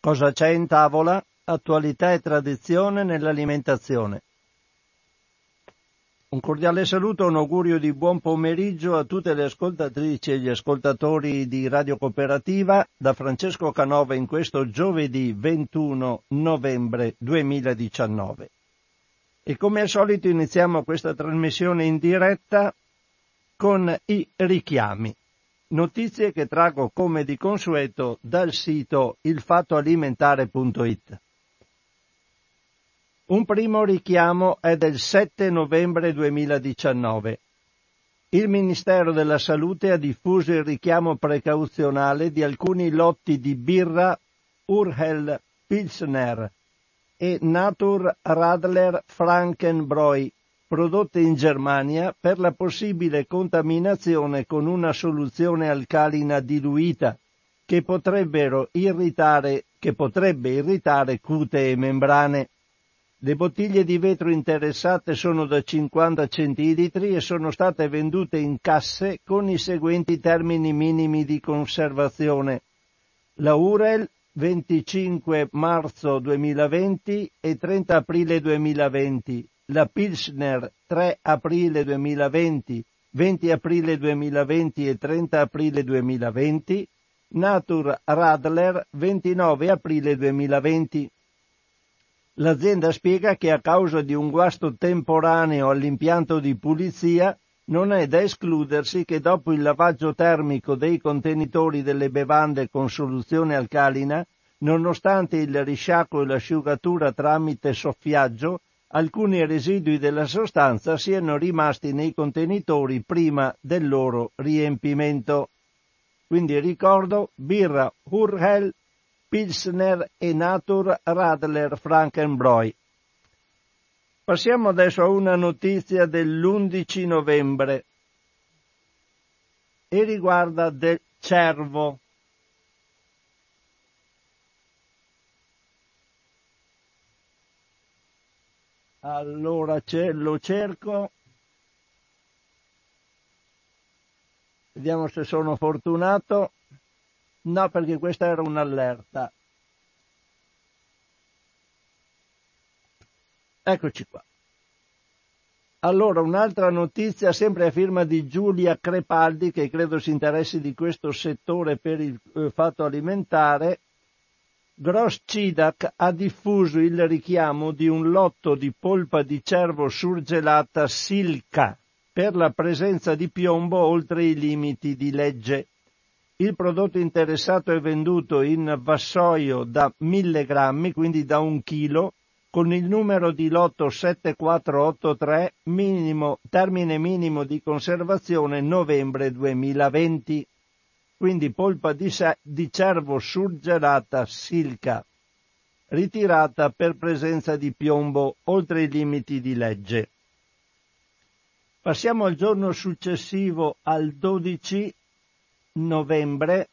Cosa c'è in tavola? Attualità e tradizione nell'alimentazione. Un cordiale saluto e un augurio di buon pomeriggio a tutte le ascoltatrici e gli ascoltatori di Radio Cooperativa da Francesco Canova in questo giovedì 21 novembre 2019. E come al solito iniziamo questa trasmissione in diretta con i richiami. Notizie che traggo come di consueto dal sito ilfattoalimentare.it. Un primo richiamo è del 7 novembre 2019. Il Ministero della Salute ha diffuso il richiamo precauzionale di alcuni lotti di birra Urhel Pilsner e Natur Radler Frankenbräu, prodotte in Germania, per la possibile contaminazione con una soluzione alcalina diluita che potrebbe irritare cute e membrane. Le bottiglie di vetro interessate sono da 50 centilitri e sono state vendute in casse con i seguenti termini minimi di conservazione. La Urhel 25 marzo 2020 e 30 aprile 2020, la Pilsner 3 aprile 2020, 20 aprile 2020 e 30 aprile 2020, Natur Radler 29 aprile 2020. L'azienda spiega che a causa di un guasto temporaneo all'impianto di pulizia non è da escludersi che dopo il lavaggio termico dei contenitori delle bevande con soluzione alcalina, nonostante il risciacquo e l'asciugatura tramite soffiaggio, alcuni residui della sostanza siano rimasti nei contenitori prima del loro riempimento. Quindi ricordo, birra Urhel Pilsner e Natur Radler Frankenbräu. Passiamo adesso a una notizia dell'11 novembre e riguarda del cervo. Allora lo cerco, vediamo se sono fortunato. No, perché questa era un'allerta. Eccoci qua. Allora, un'altra notizia, sempre a firma di Giulia Crepaldi, che credo si interessi di questo settore per il fatto alimentare. Gross-Cidac ha diffuso il richiamo di un lotto di polpa di cervo surgelata Silca per la presenza di piombo oltre i limiti di legge. Il prodotto interessato è venduto in vassoio da 1000 grammi, quindi da 1 chilo, con il numero di lotto 7483, termine minimo di conservazione novembre 2020. Quindi polpa di cervo surgelata Silca, ritirata per presenza di piombo oltre i limiti di legge. Passiamo al giorno successivo, al 12 novembre,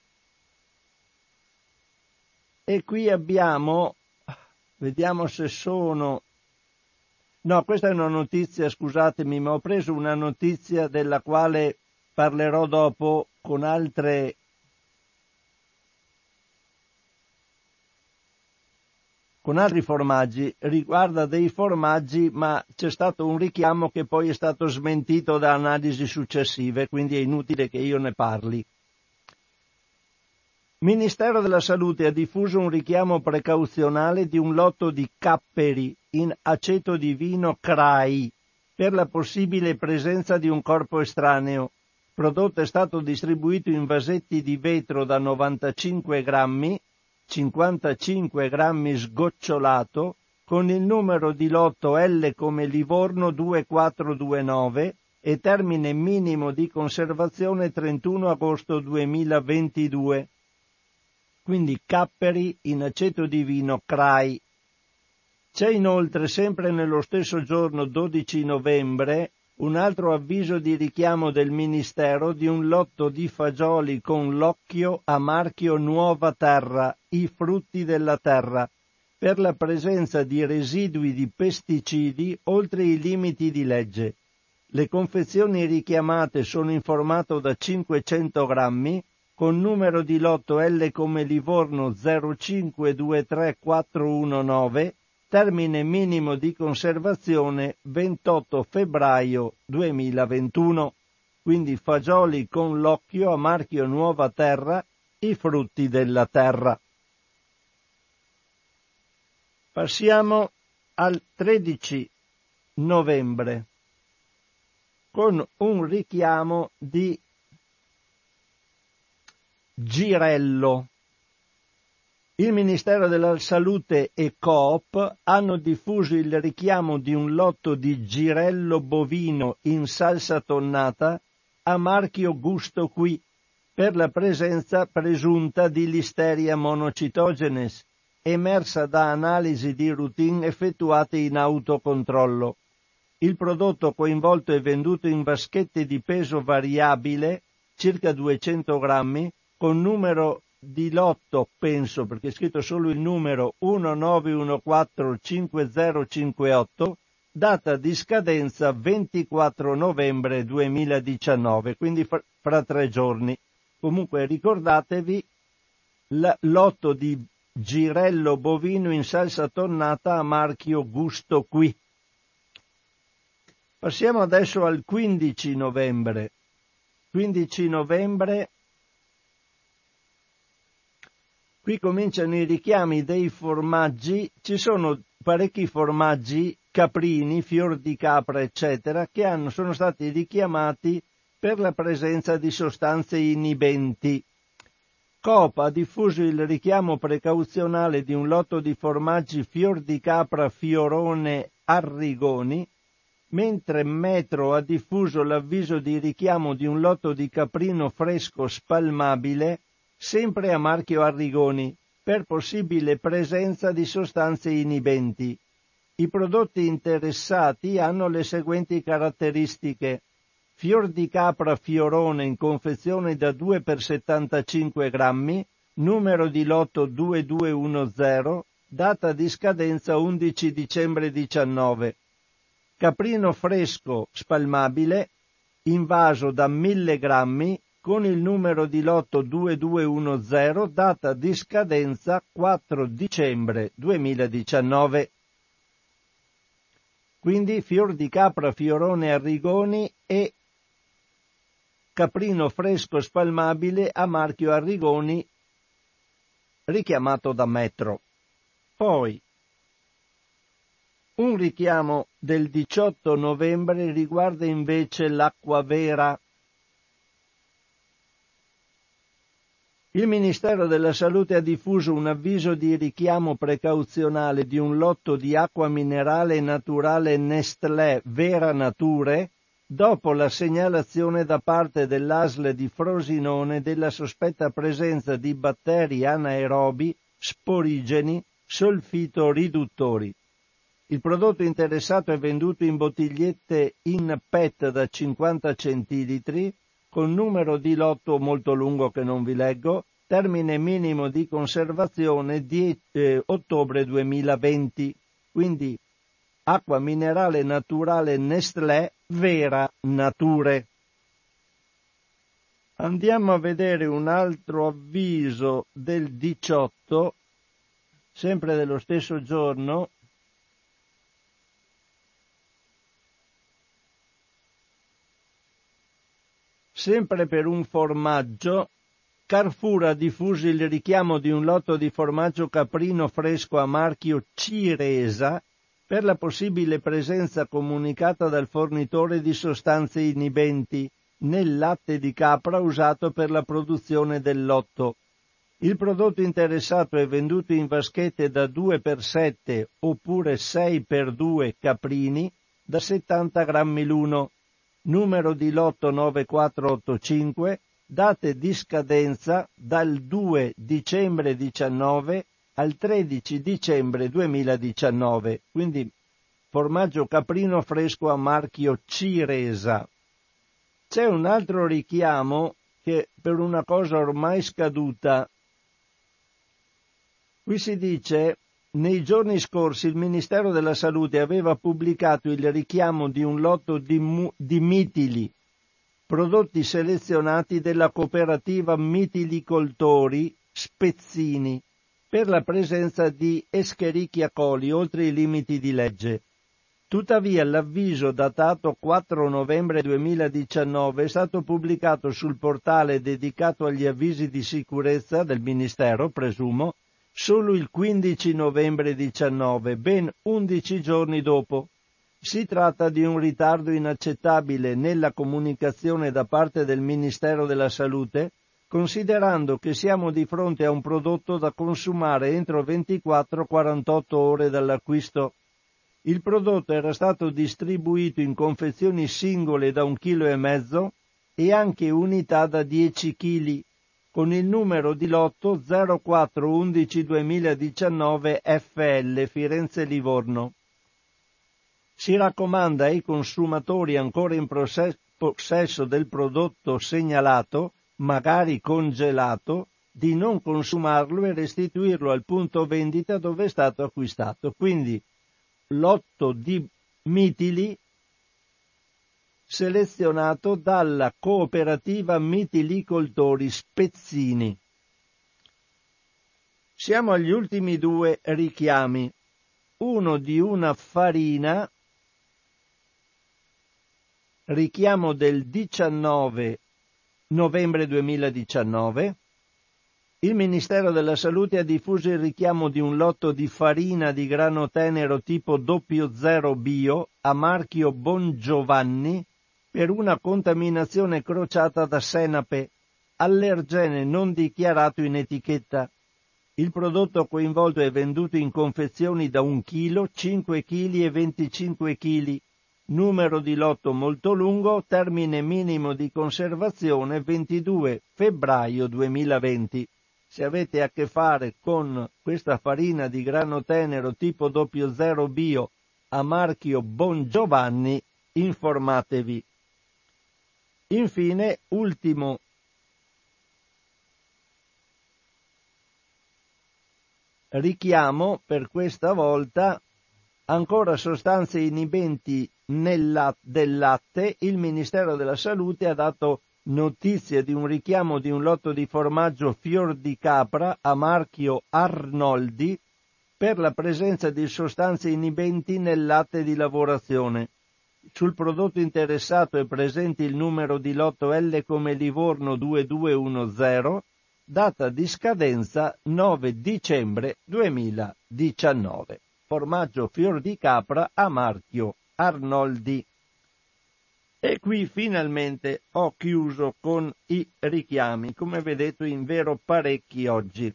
e qui abbiamo, vediamo se sono, no, questa è una notizia, scusatemi, ma ho preso una notizia della quale parlerò dopo con altri formaggi, riguarda dei formaggi, ma c'è stato un richiamo che poi è stato smentito da analisi successive, quindi è inutile che io ne parli. Ministero della Salute ha diffuso un richiamo precauzionale di un lotto di capperi in aceto di vino CRAI per la possibile presenza di un corpo estraneo. Il prodotto è stato distribuito in vasetti di vetro da 95 grammi, 55 grammi sgocciolato, con il numero di lotto L come Livorno 2429 e termine minimo di conservazione 31 agosto 2022. Quindi capperi in aceto di vino CRAI. C'è inoltre, sempre nello stesso giorno 12 novembre, un altro avviso di richiamo del Ministero di un lotto di fagioli con l'occhio a marchio Nuova Terra, i frutti della terra, per la presenza di residui di pesticidi oltre i limiti di legge. Le confezioni richiamate sono in formato da 500 grammi, con numero di lotto L come Livorno 0523419, termine minimo di conservazione 28 febbraio 2021. Quindi fagioli con l'occhio a marchio Nuova Terra, i frutti della terra. Passiamo al 13 novembre con un richiamo di girello. Il Ministero della Salute e Coop hanno diffuso il richiamo di un lotto di girello bovino in salsa tonnata a marchio Gusto Qui per la presenza presunta di Listeria monocitogenes, emersa da analisi di routine effettuate in autocontrollo. Il prodotto coinvolto è venduto in vaschette di peso variabile, circa 200 grammi, con numero di lotto, penso, perché è scritto solo il numero 19145058, data di scadenza 24 novembre 2019, quindi fra 3 giorni. Comunque ricordatevi lotto di girello bovino in salsa tonnata a marchio Gusto Qui. Passiamo adesso al 15 novembre. 15 novembre, qui cominciano i richiami dei formaggi. Ci sono parecchi formaggi, caprini, fior di capra, eccetera, che sono stati richiamati per la presenza di sostanze inibenti. Coop ha diffuso il richiamo precauzionale di un lotto di formaggi fior di capra Fiorone Arrigoni, mentre Metro ha diffuso l'avviso di richiamo di un lotto di caprino fresco spalmabile, sempre a marchio Arrigoni, per possibile presenza di sostanze inibenti. I prodotti interessati hanno le seguenti caratteristiche: fior di capra Fiorone in confezione da 2 per 75 grammi, numero di lotto 2210, data di scadenza 11 dicembre 19. Caprino fresco spalmabile, invaso da 1000 grammi, con il numero di lotto 2210, data di scadenza 4 dicembre 2019. Quindi fior di capra Fiorone Arrigoni e caprino fresco spalmabile a marchio Arrigoni, richiamato da Metro. Poi un richiamo del 18 novembre riguarda invece l'acqua vera. Il Ministero della Salute ha diffuso un avviso di richiamo precauzionale di un lotto di acqua minerale naturale Nestlé Vera Nature dopo la segnalazione da parte dell'ASL di Frosinone della sospetta presenza di batteri anaerobi, sporigeni, solfitoriduttori. Il prodotto interessato è venduto in bottigliette in PET da 50 centilitri, con numero di lotto molto lungo che non vi leggo, termine minimo di conservazione di ottobre 2020. Quindi acqua minerale naturale Nestlé Vera Nature. Andiamo a vedere un altro avviso del 18, sempre dello stesso giorno. Sempre per un formaggio, Carrefour ha diffuso il richiamo di un lotto di formaggio caprino fresco a marchio Ciresa per la possibile presenza comunicata dal fornitore di sostanze inibenti nel latte di capra usato per la produzione del lotto. Il prodotto interessato è venduto in vaschette da 2x7 oppure 6x2 caprini da 70 grammi l'uno. Numero di lotto 9485, date di scadenza dal 2 dicembre 19 al 13 dicembre 2019, quindi formaggio caprino fresco a marchio Ciresa. C'è un altro richiamo che per una cosa ormai scaduta. Qui si dice: nei giorni scorsi il Ministero della Salute aveva pubblicato il richiamo di un lotto di mitili prodotti selezionati della cooperativa Mitilicoltori Spezzini per la presenza di Escherichia coli oltre i limiti di legge. Tuttavia l'avviso datato 4 novembre 2019 è stato pubblicato sul portale dedicato agli avvisi di sicurezza del Ministero, presumo, solo il 15 novembre 2019, ben 11 giorni dopo. Si tratta di un ritardo inaccettabile nella comunicazione da parte del Ministero della Salute, considerando che siamo di fronte a un prodotto da consumare entro 24-48 ore dall'acquisto. Il prodotto era stato distribuito in confezioni singole da 1,5 kg e anche unità da 10 kg, con il numero di lotto 0411-2019 FL Firenze-Livorno. Si raccomanda ai consumatori ancora in possesso del prodotto segnalato, magari congelato, di non consumarlo e restituirlo al punto vendita dove è stato acquistato. Quindi lotto di mitili selezionato dalla cooperativa Mitilicoltori Spezzini. Siamo agli ultimi due richiami. Uno di una farina, richiamo del 19 novembre 2019. Il Ministero della Salute ha diffuso il richiamo di un lotto di farina di grano tenero tipo 00 bio a marchio Bongiovanni per una contaminazione crociata da senape, allergene non dichiarato in etichetta. Il prodotto coinvolto è venduto in confezioni da 1 kg, 5 kg e 25 kg. Numero di lotto molto lungo, termine minimo di conservazione 22 febbraio 2020. Se avete a che fare con questa farina di grano tenero tipo 00 bio a marchio Bongiovanni, informatevi. Infine, ultimo richiamo per questa volta, ancora sostanze inibenti del latte. Il Ministero della Salute ha dato notizia di un richiamo di un lotto di formaggio Fior di Capra a marchio Arnoldi per la presenza di sostanze inibenti nel latte di lavorazione. Sul prodotto interessato è presente il numero di lotto L come Livorno 2210, data di scadenza 9 dicembre 2019. Formaggio Fior di Capra a marchio Arnoldi. E qui finalmente ho chiuso con i richiami, come vedete in vero parecchi oggi.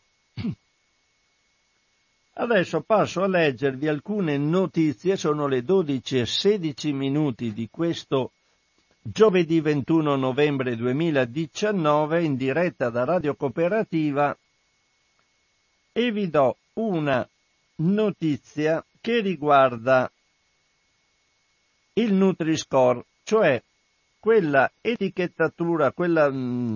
Adesso passo a leggervi alcune notizie, sono le 12:16 di questo giovedì 21 novembre 2019 in diretta da Radio Cooperativa e vi do una notizia che riguarda il Nutri-Score, cioè quella etichettatura, quella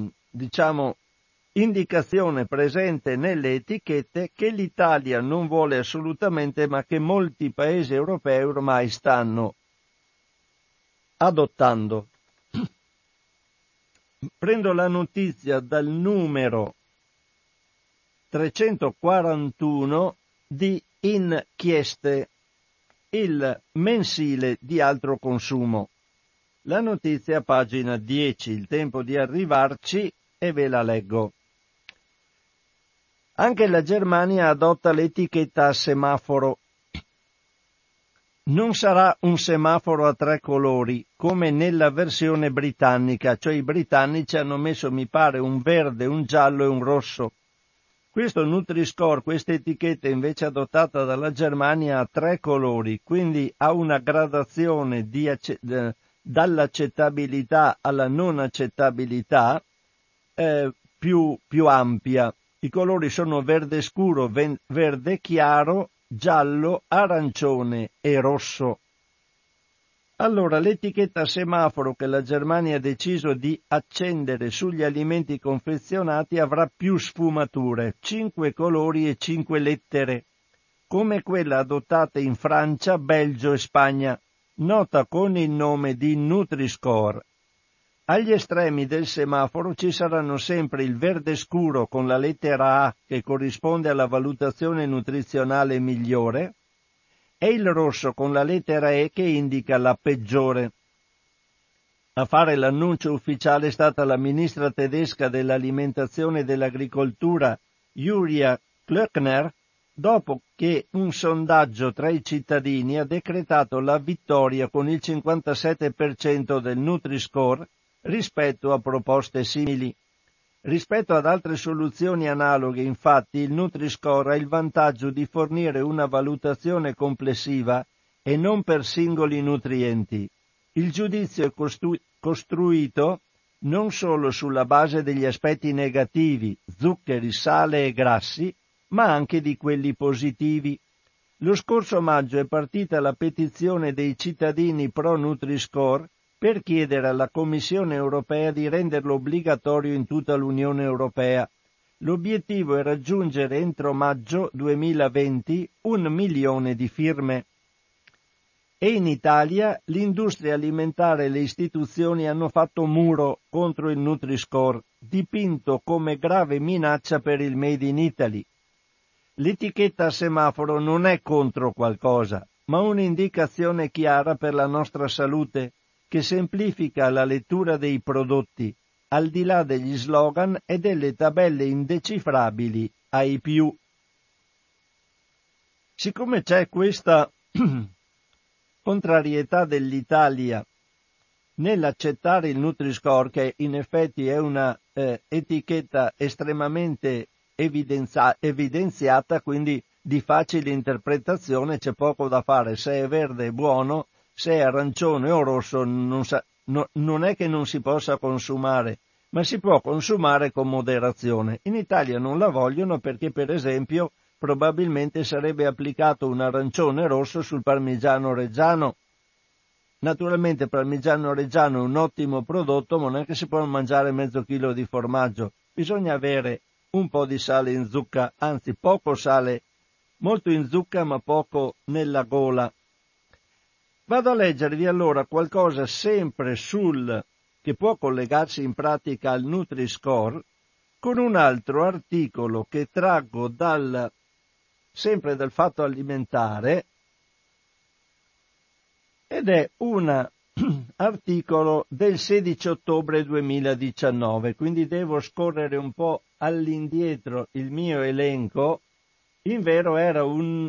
indicazione presente nelle etichette che l'Italia non vuole assolutamente, ma che molti paesi europei ormai stanno adottando. Prendo la notizia dal numero 341 di Inchieste, il mensile di altro consumo. La notizia pagina 10, il tempo di arrivarci e ve la leggo. Anche la Germania adotta l'etichetta a semaforo. Non sarà un semaforo a 3 colori, come nella versione britannica, cioè i britannici hanno messo, mi pare, un verde, un giallo e un rosso. Questo Nutri-Score, questa etichetta invece adottata dalla Germania ha 3 colori, quindi ha una gradazione dall'accettabilità alla non accettabilità più ampia. I colori sono verde scuro, verde chiaro, giallo, arancione e rosso. Allora, l'etichetta semaforo che la Germania ha deciso di accendere sugli alimenti confezionati avrà più sfumature, 5 colori e 5 lettere, come quella adottata in Francia, Belgio e Spagna, nota con il nome di Nutri-Score. Agli estremi del semaforo ci saranno sempre il verde scuro con la lettera A che corrisponde alla valutazione nutrizionale migliore e il rosso con la lettera E che indica la peggiore. A fare l'annuncio ufficiale è stata la ministra tedesca dell'alimentazione e dell'agricoltura Julia Klöckner, dopo che un sondaggio tra i cittadini ha decretato la vittoria con il 57% del Nutri-Score rispetto a proposte simili. Rispetto ad altre soluzioni analoghe, infatti, il Nutri-Score ha il vantaggio di fornire una valutazione complessiva e non per singoli nutrienti. Il giudizio è costruito non solo sulla base degli aspetti negativi, zuccheri, sale e grassi, ma anche di quelli positivi. Lo scorso maggio è partita la petizione dei cittadini pro Nutri-Score per chiedere alla Commissione europea di renderlo obbligatorio in tutta l'Unione Europea. L'obiettivo è raggiungere entro maggio 2020 1 milione di firme. E in Italia l'industria alimentare e le istituzioni hanno fatto muro contro il Nutri-Score, dipinto come grave minaccia per il Made in Italy. L'etichetta a semaforo non è contro qualcosa, ma un'indicazione chiara per la nostra salute, che semplifica la lettura dei prodotti, al di là degli slogan e delle tabelle indecifrabili ai più. Siccome c'è questa contrarietà dell'Italia nell'accettare il Nutri-Score, che in effetti è una etichetta estremamente evidenziata, quindi di facile interpretazione, c'è poco da fare. Se è verde è buono, se è arancione o rosso non è che non si possa consumare, ma si può consumare con moderazione. In Italia non la vogliono perché, per esempio, probabilmente sarebbe applicato un arancione rosso sul parmigiano reggiano. Naturalmente parmigiano reggiano è un ottimo prodotto, ma non è che si può mangiare mezzo chilo di formaggio. Bisogna avere un po' di sale in zucca, anzi poco sale, molto in zucca ma poco nella gola. Vado a leggervi allora qualcosa sempre che può collegarsi in pratica al Nutri-Score con un altro articolo che traggo sempre dal Fatto Alimentare, ed è un articolo del 16 ottobre 2019, quindi devo scorrere un po' all'indietro il mio elenco. Invero era un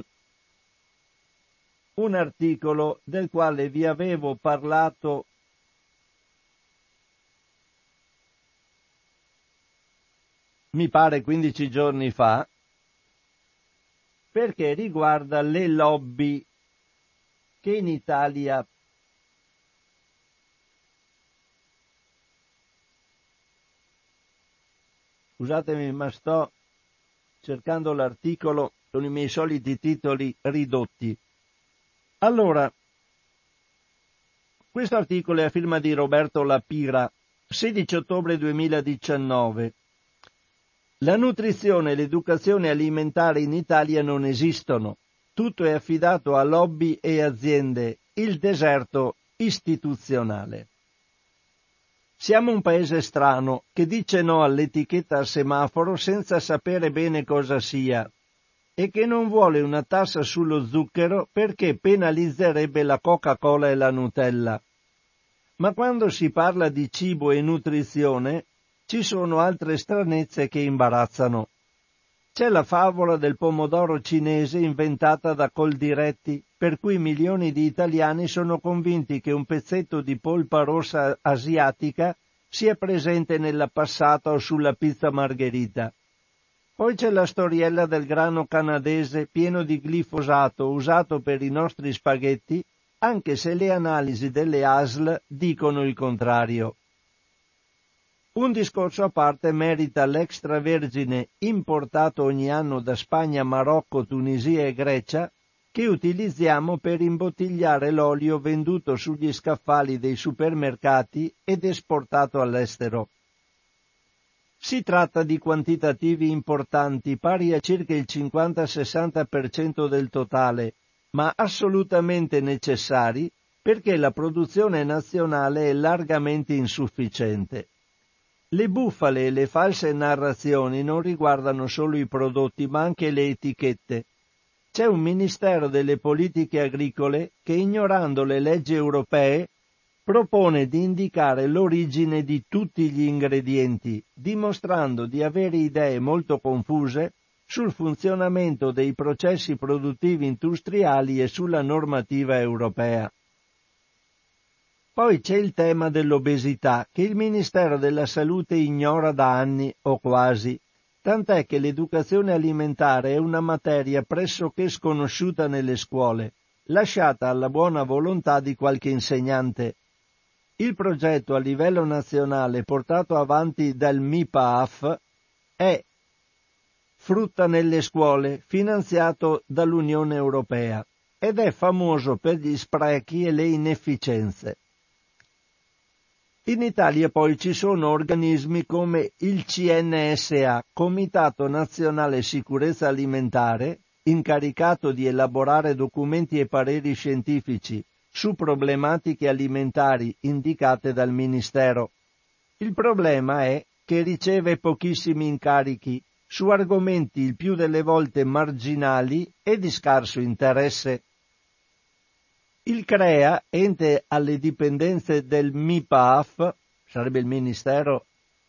articolo del quale vi avevo parlato mi pare 15 giorni fa, perché riguarda le lobby che in Italia scusatemi ma sto cercando l'articolo con i miei soliti titoli ridotti. Allora, questo articolo è a firma di Roberto Lapira, 16 ottobre 2019. La nutrizione e l'educazione alimentare in Italia non esistono. Tutto è affidato a lobby e aziende, il deserto istituzionale. Siamo un paese strano che dice no all'etichetta a semaforo senza sapere bene cosa sia e che non vuole una tassa sullo zucchero perché penalizzerebbe la Coca-Cola e la Nutella. Ma quando si parla di cibo e nutrizione ci sono altre stranezze che imbarazzano. C'è la favola del pomodoro cinese inventata da Coldiretti, per cui milioni di italiani sono convinti che un pezzetto di polpa rossa asiatica sia presente nella passata o sulla pizza margherita. Poi c'è la storiella del grano canadese pieno di glifosato usato per i nostri spaghetti, anche se le analisi delle ASL dicono il contrario. Un discorso a parte merita l'extravergine importato ogni anno da Spagna, Marocco, Tunisia e Grecia, che utilizziamo per imbottigliare l'olio venduto sugli scaffali dei supermercati ed esportato all'estero. Si tratta di quantitativi importanti, pari a circa il 50-60% del totale, ma assolutamente necessari perché la produzione nazionale è largamente insufficiente. Le bufale e le false narrazioni non riguardano solo i prodotti, ma anche le etichette. C'è un Ministero delle Politiche Agricole che, ignorando le leggi europee, propone di indicare l'origine di tutti gli ingredienti, dimostrando di avere idee molto confuse sul funzionamento dei processi produttivi industriali e sulla normativa europea. Poi c'è il tema dell'obesità, che il Ministero della Salute ignora da anni o quasi, tant'è che l'educazione alimentare è una materia pressoché sconosciuta nelle scuole, lasciata alla buona volontà di qualche insegnante. Il progetto a livello nazionale portato avanti dal MIPAAF è Frutta nelle scuole, finanziato dall'Unione Europea, ed è famoso per gli sprechi e le inefficienze. In Italia poi ci sono organismi come il CNSA, Comitato Nazionale Sicurezza Alimentare, incaricato di elaborare documenti e pareri scientifici su problematiche alimentari indicate dal Ministero. Il problema è che riceve pochissimi incarichi su argomenti il più delle volte marginali e di scarso interesse. Il CREA, ente alle dipendenze del MIPAAF, sarebbe il Ministero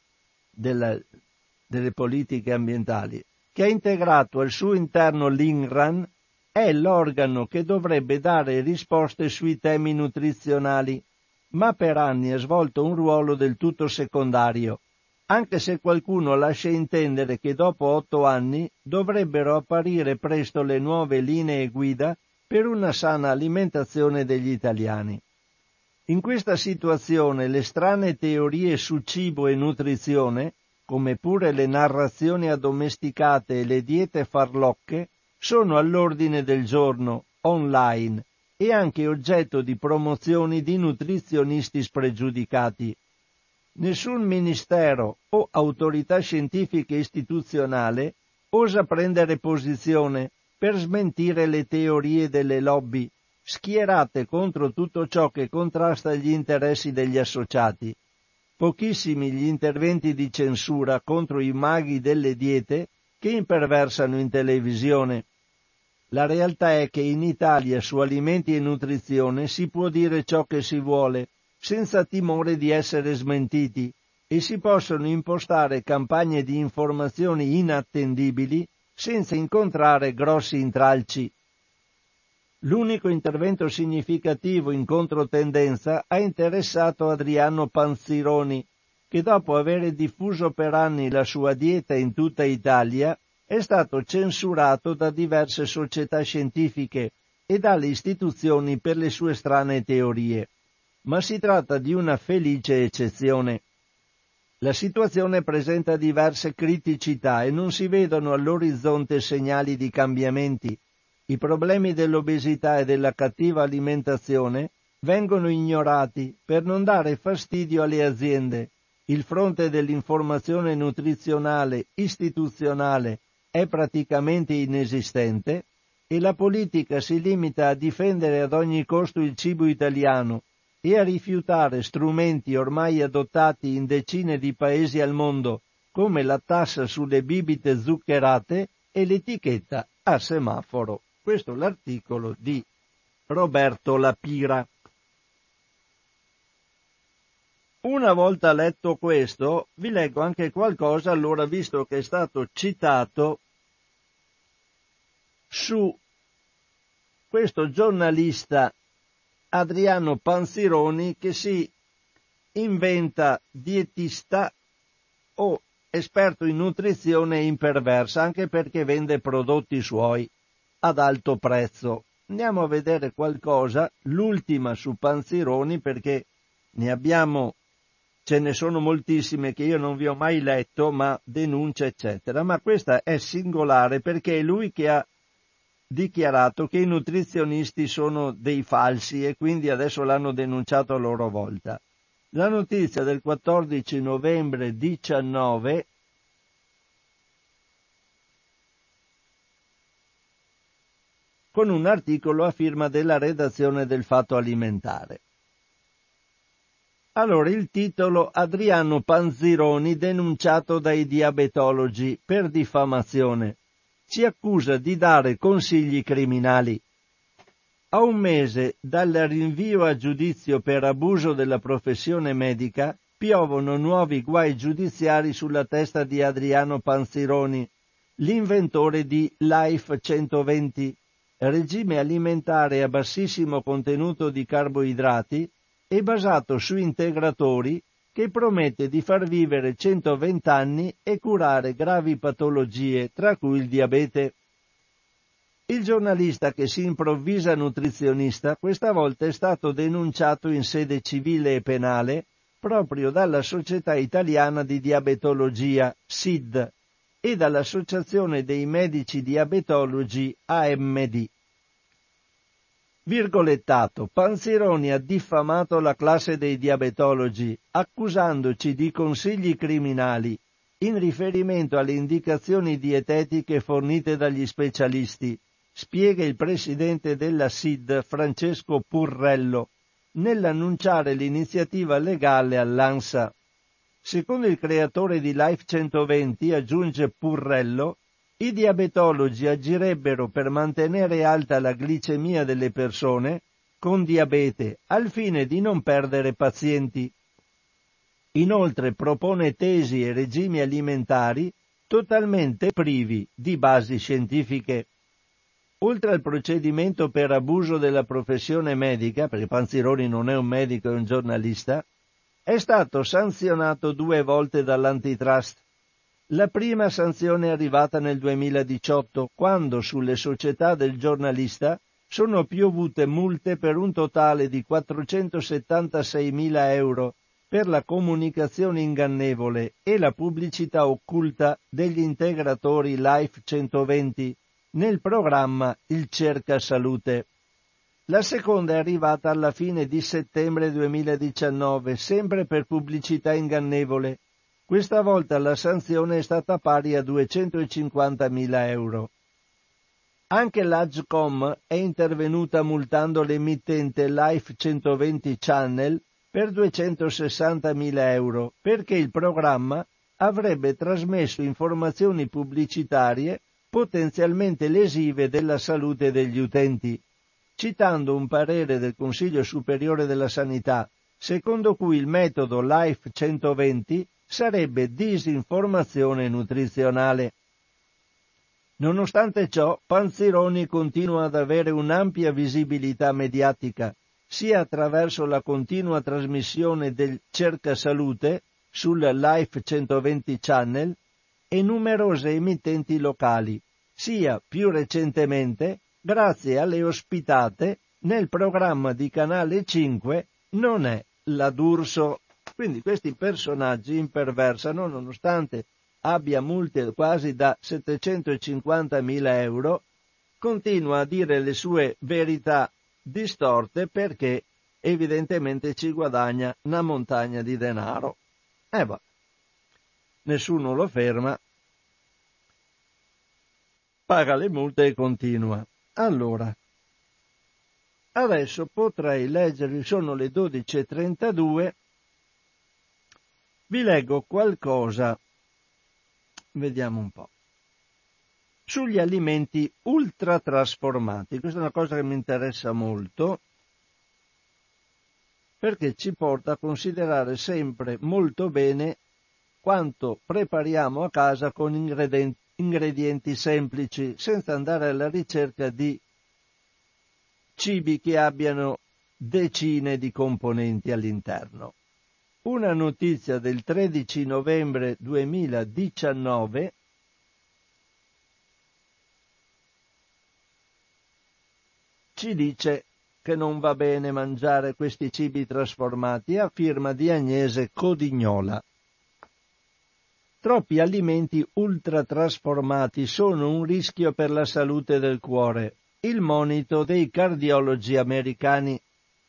delle Politiche Ambientali, che ha integrato al suo interno l'INRAN, è l'organo che dovrebbe dare risposte sui temi nutrizionali, ma per anni ha svolto un ruolo del tutto secondario, anche se qualcuno lascia intendere che dopo 8 anni dovrebbero apparire presto le nuove linee guida per una sana alimentazione degli italiani. In questa situazione le strane teorie su cibo e nutrizione, come pure le narrazioni addomesticate e le diete farlocche, sono all'ordine del giorno, online, e anche oggetto di promozioni di nutrizionisti spregiudicati. Nessun ministero o autorità scientifica istituzionale osa prendere posizione per smentire le teorie delle lobby, schierate contro tutto ciò che contrasta gli interessi degli associati. Pochissimi gli interventi di censura contro i maghi delle diete che imperversano in televisione. La realtà è che in Italia su alimenti e nutrizione si può dire ciò che si vuole, senza timore di essere smentiti, e si possono impostare campagne di informazioni inattendibili senza incontrare grossi intralci. L'unico intervento significativo in controtendenza ha interessato Adriano Panzironi, che dopo aver diffuso per anni la sua dieta in tutta Italia è stato censurato da diverse società scientifiche e dalle istituzioni per le sue strane teorie. Ma si tratta di una felice eccezione. La situazione presenta diverse criticità e non si vedono all'orizzonte segnali di cambiamenti. I problemi dell'obesità e della cattiva alimentazione vengono ignorati per non dare fastidio alle aziende. Il fronte dell'informazione nutrizionale istituzionale è praticamente inesistente e la politica si limita a difendere ad ogni costo il cibo italiano e a rifiutare strumenti ormai adottati in decine di paesi al mondo, come la tassa sulle bibite zuccherate e l'etichetta a semaforo. Questo è l'articolo di Roberto Lapira. Una volta letto questo, vi leggo anche qualcosa, allora, visto che è stato citato, su questo giornalista Adriano Panzironi che si inventa dietista o esperto in nutrizione imperversa, anche perché vende prodotti suoi ad alto prezzo. Andiamo a vedere qualcosa, l'ultima su Panzironi, perché ce ne sono moltissime che io non vi ho mai letto, ma denunce eccetera, ma questa è singolare perché è lui che ha dichiarato che i nutrizionisti sono dei falsi e quindi adesso l'hanno denunciato a loro volta. La notizia del 14 novembre 19 con un articolo a firma della redazione del Fatto Alimentare. Allora, il titolo: Adriano Panzironi denunciato dai diabetologi per diffamazione. Si accusa di dare consigli criminali. A un mese dal rinvio a giudizio per abuso della professione medica, piovono nuovi guai giudiziari sulla testa di Adriano Panzironi, l'inventore di Life 120, regime alimentare a bassissimo contenuto di carboidrati e basato su integratori, che promette di far vivere 120 anni e curare gravi patologie, tra cui il diabete. Il giornalista, che si improvvisa nutrizionista, questa volta è stato denunciato in sede civile e penale proprio dalla Società Italiana di Diabetologia, SID, e dall'Associazione dei Medici Diabetologi, AMD. Virgolettato: Panzironi ha diffamato la classe dei diabetologi, accusandoci di consigli criminali in riferimento alle indicazioni dietetiche fornite dagli specialisti, spiega il presidente della SID, Francesco Purrello, nell'annunciare l'iniziativa legale all'ANSA. Secondo il creatore di Life 120, aggiunge Purrello, i diabetologi agirebbero per mantenere alta la glicemia delle persone con diabete, al fine di non perdere pazienti. Inoltre propone tesi e regimi alimentari totalmente privi di basi scientifiche. Oltre al procedimento per abuso della professione medica, perché Panzironi non è un medico, è un giornalista, è stato sanzionato 2 volte dall'antitrust. La prima sanzione è arrivata nel 2018, quando sulle società del giornalista sono piovute multe per un totale di 476.000 euro per la comunicazione ingannevole e la pubblicità occulta degli integratori Life 120 nel programma Il Cerca Salute. La seconda è arrivata alla fine di settembre 2019, sempre per pubblicità ingannevole. Questa volta la sanzione è stata pari a 250.000 euro. Anche l'Agcom è intervenuta multando l'emittente Life 120 Channel per 260.000 euro, perché il programma avrebbe trasmesso informazioni pubblicitarie potenzialmente lesive della salute degli utenti, citando un parere del Consiglio Superiore della Sanità, secondo cui il metodo Life 120 sarebbe disinformazione nutrizionale. Nonostante ciò, Panzironi continua ad avere un'ampia visibilità mediatica, sia attraverso la continua trasmissione del Cerca Salute sul Life 120 Channel e numerose emittenti locali, sia più recentemente grazie alle ospitate nel programma di Canale 5 Non è la D'Urso. Quindi questi personaggi imperversano, nonostante abbia multe quasi da 750.000 euro, continua a dire le sue verità distorte perché evidentemente ci guadagna una montagna di denaro. Nessuno lo ferma, paga le multe e continua. Allora, adesso potrei leggervi, sono le 12:32, vi leggo qualcosa, vediamo un po', sugli alimenti ultratrasformati. Questa è una cosa che mi interessa molto, perché ci porta a considerare sempre molto bene quanto prepariamo a casa con ingredienti semplici, senza andare alla ricerca di cibi che abbiano decine di componenti all'interno. Una notizia del 13 novembre 2019 ci dice che non va bene mangiare questi cibi trasformati, a firma di Agnese Codignola. Troppi alimenti ultratrasformati sono un rischio per la salute del cuore. Il monito dei cardiologi americani.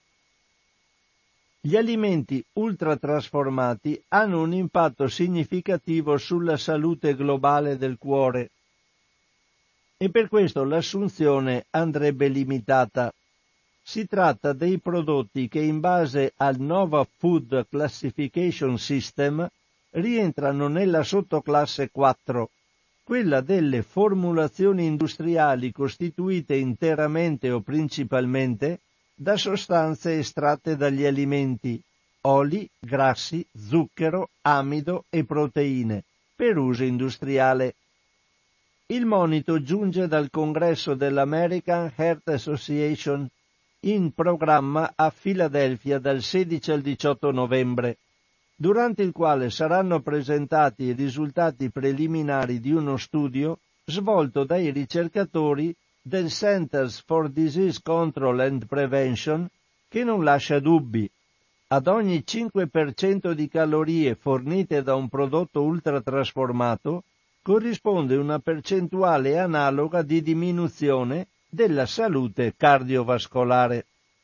Gli alimenti ultratrasformati hanno un impatto significativo sulla salute globale del cuore. e per questo l'assunzione andrebbe limitata. Si tratta dei prodotti che in base al Nova Food Classification System rientrano nella sottoclasse 4, quella delle formulazioni industriali costituite interamente o principalmente da sostanze estratte dagli alimenti, oli, grassi, zucchero, amido e proteine, per uso industriale. Il monito giunge dal congresso dell'American Heart Association, in programma a Filadelfia dal 16 al 18 novembre, durante il quale saranno presentati i risultati preliminari di uno studio svolto dai ricercatori del Centers for Disease Control and Prevention, che non lascia dubbi. Ad ogni 5% di calorie fornite da un prodotto ultratrasformato corrisponde una percentuale analoga di diminuzione della salute cardiovascolare.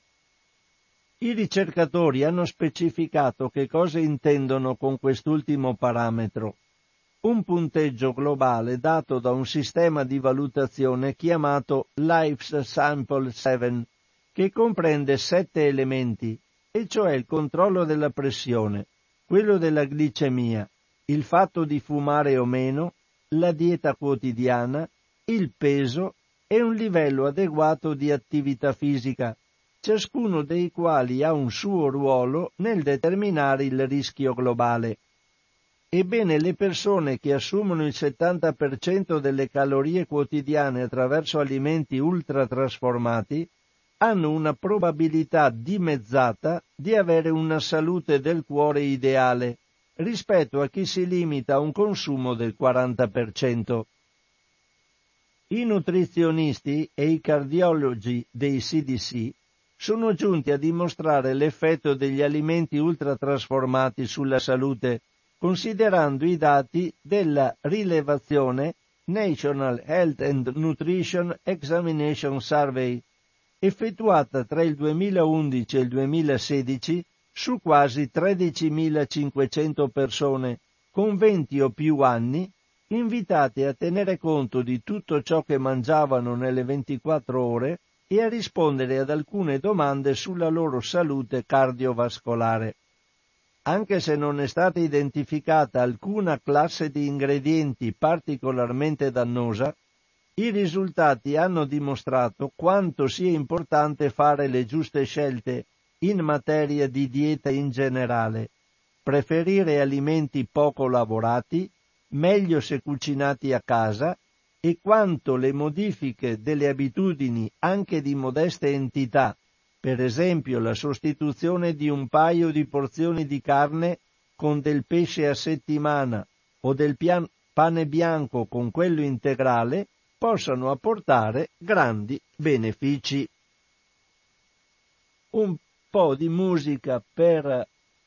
I ricercatori hanno specificato che cosa intendono con quest'ultimo parametro. Un punteggio globale dato da un sistema di valutazione chiamato Life's Sample 7, che comprende 7 elementi, e cioè il controllo della pressione, quello della glicemia, il fatto di fumare o meno, la dieta quotidiana, il peso e un livello adeguato di attività fisica, ciascuno dei quali ha un suo ruolo nel determinare il rischio globale. Ebbene, le persone che assumono il 70% delle calorie quotidiane attraverso alimenti ultratrasformati hanno una probabilità dimezzata di avere una salute del cuore ideale rispetto a chi si limita a un consumo del 40%. I nutrizionisti e i cardiologi dei CDC sono giunti a dimostrare l'effetto degli alimenti ultratrasformati sulla salute, considerando i dati della rilevazione National Health and Nutrition Examination Survey, effettuata tra il 2011 e il 2016 su quasi 13.500 persone con 20 o più anni, invitate a tenere conto di tutto ciò che mangiavano nelle 24 ore e a rispondere ad alcune domande sulla loro salute cardiovascolare. Anche se non è stata identificata alcuna classe di ingredienti particolarmente dannosa, i risultati hanno dimostrato quanto sia importante fare le giuste scelte in materia di dieta in generale, preferire alimenti poco lavorati, meglio se cucinati a casa, e quanto le modifiche delle abitudini anche di modeste entità, per esempio la sostituzione di un paio di porzioni di carne con del pesce a settimana o del pane bianco con quello integrale, possano apportare grandi benefici. Un po' di musica per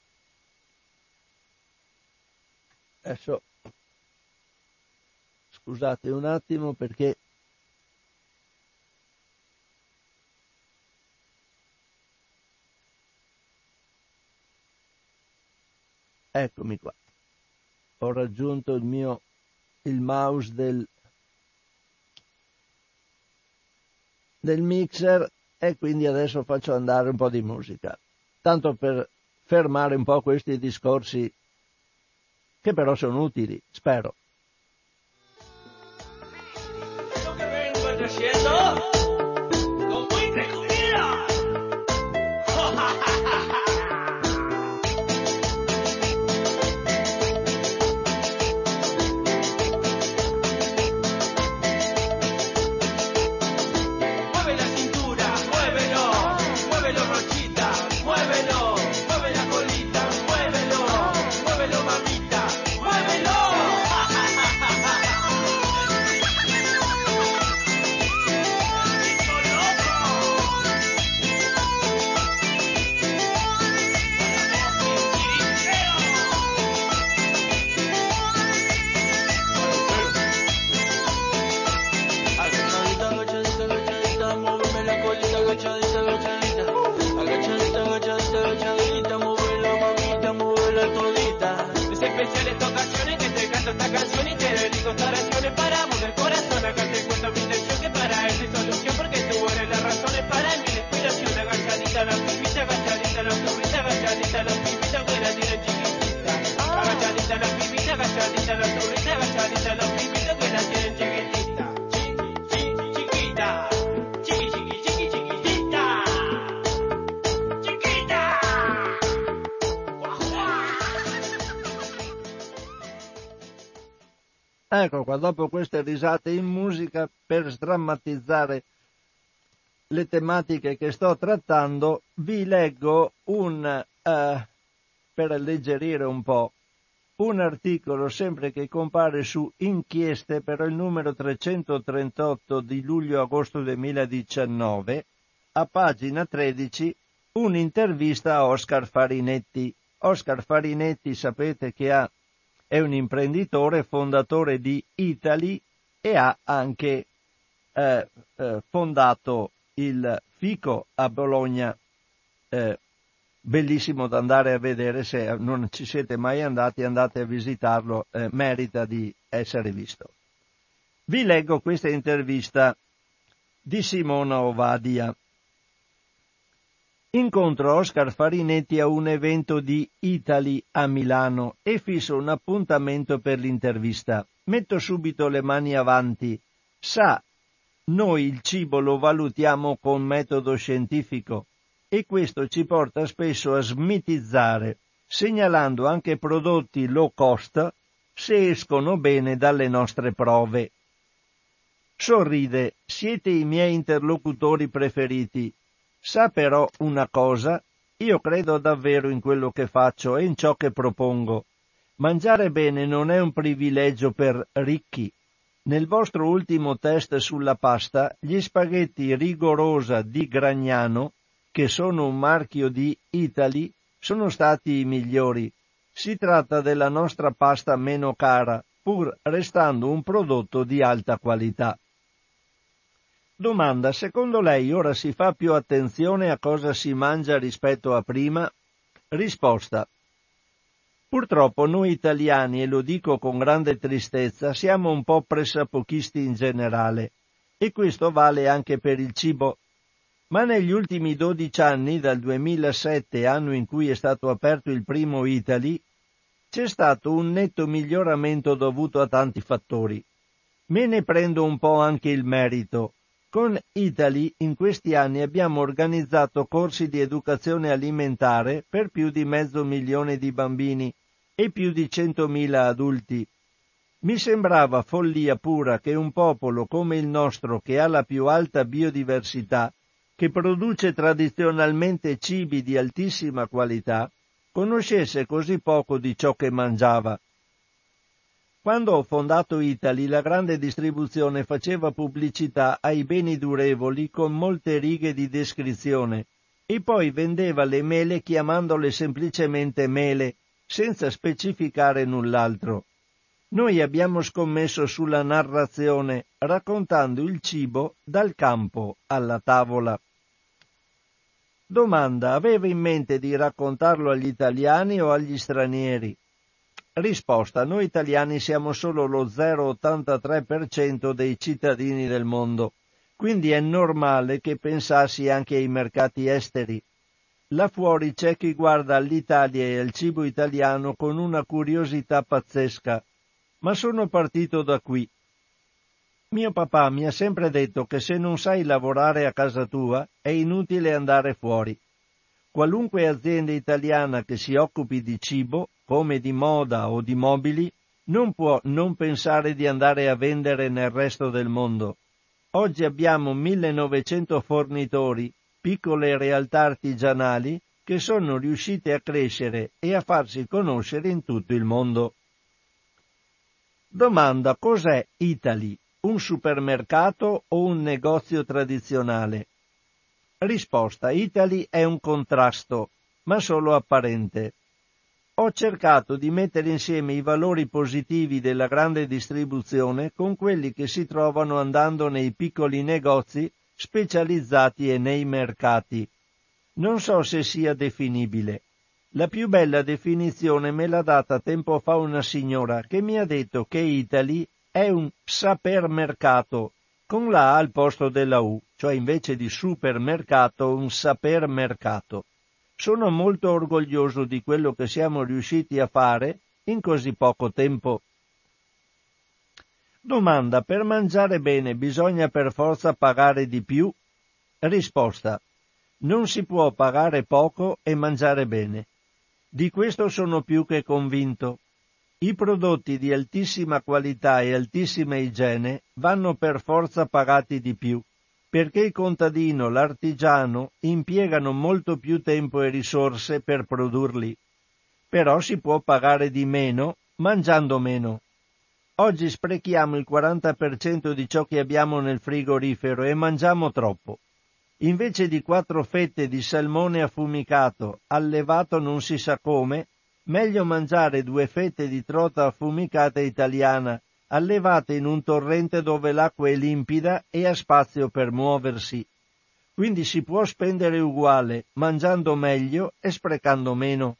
adesso. Scusate un attimo perché eccomi qua. Ho raggiunto il mouse del mixer e quindi adesso faccio andare un po' di musica. Tanto per fermare un po' questi discorsi che però sono utili, spero. Ecco qua, dopo queste risate in musica, per sdrammatizzare le tematiche che sto trattando, vi leggo per alleggerire un po', un articolo sempre che compare su Inchieste, però il numero 338 di luglio-agosto 2019, a pagina 13, un'intervista a Oscar Farinetti. Oscar Farinetti sapete che è un imprenditore, fondatore di Italy, e ha anche fondato il Fico a Bologna, bellissimo da andare a vedere. Se non ci siete mai andati, andate a visitarlo, merita di essere visto. Vi leggo questa intervista di Simona Ovadia. Incontro Oscar Farinetti a un evento di Italy a Milano e fisso un appuntamento per l'intervista. Metto subito le mani avanti. Sa, noi il cibo lo valutiamo con metodo scientifico e questo ci porta spesso a smitizzare, segnalando anche prodotti low cost se escono bene dalle nostre prove. Sorride, siete i miei interlocutori preferiti. Sa però una cosa, io credo davvero in quello che faccio e in ciò che propongo. Mangiare bene non è un privilegio per ricchi. Nel vostro ultimo test sulla pasta, gli spaghetti Rigorosa di Gragnano, che sono un marchio di Italy, sono stati i migliori. Si tratta della nostra pasta meno cara, pur restando un prodotto di alta qualità. Domanda, secondo lei ora si fa più attenzione a cosa si mangia rispetto a prima? Risposta. Purtroppo noi italiani, e lo dico con grande tristezza, siamo un po' pressapochisti in generale, e questo vale anche per il cibo. Ma negli ultimi 12 anni, dal 2007, anno in cui è stato aperto il primo Italy, c'è stato un netto miglioramento dovuto a tanti fattori. Me ne prendo un po' anche il merito. Con Italy in questi anni abbiamo organizzato corsi di educazione alimentare per più di 500.000 di bambini e più di 100.000 adulti. Mi sembrava follia pura che un popolo come il nostro, che ha la più alta biodiversità, che produce tradizionalmente cibi di altissima qualità, conoscesse così poco di ciò che mangiava. Quando ho fondato Italy, la grande distribuzione faceva pubblicità ai beni durevoli con molte righe di descrizione e poi vendeva le mele chiamandole semplicemente mele, senza specificare null'altro. Noi abbiamo scommesso sulla narrazione, raccontando il cibo dal campo alla tavola. Domanda, aveva in mente di raccontarlo agli italiani o agli stranieri? Risposta, noi italiani siamo solo lo 0,83% dei cittadini del mondo, quindi è normale che pensassi anche ai mercati esteri. Là fuori c'è chi guarda all'Italia e al cibo italiano con una curiosità pazzesca, ma sono partito da qui. Mio papà mi ha sempre detto che se non sai lavorare a casa tua è inutile andare fuori. Qualunque azienda italiana che si occupi di cibo, come di moda o di mobili, non può non pensare di andare a vendere nel resto del mondo. Oggi abbiamo 1900 fornitori, piccole realtà artigianali, che sono riuscite a crescere e a farsi conoscere in tutto il mondo. Domanda, cos'è Italy? Un supermercato o un negozio tradizionale? Risposta, Italy è un contrasto, ma solo apparente. Ho cercato di mettere insieme i valori positivi della grande distribuzione con quelli che si trovano andando nei piccoli negozi specializzati e nei mercati. Non so se sia definibile. La più bella definizione me l'ha data tempo fa una signora che mi ha detto che Italy è un sapermercato, con la A al posto della U, cioè invece di supermercato un sapermercato. Sono molto orgoglioso di quello che siamo riusciti a fare in così poco tempo. Domanda, per mangiare bene bisogna per forza pagare di più? Risposta, non si può pagare poco e mangiare bene. Di questo sono più che convinto. I prodotti di altissima qualità e altissima igiene vanno per forza pagati di più, perché il contadino, l'artigiano, impiegano molto più tempo e risorse per produrli. Però si può pagare di meno mangiando meno. Oggi sprechiamo il 40% di ciò che abbiamo nel frigorifero e mangiamo troppo. Invece di 4 fette di salmone affumicato, allevato non si sa come, meglio mangiare 2 fette di trota affumicata italiana, allevate in un torrente dove l'acqua è limpida e ha spazio per muoversi. Quindi si può spendere uguale, mangiando meglio e sprecando meno.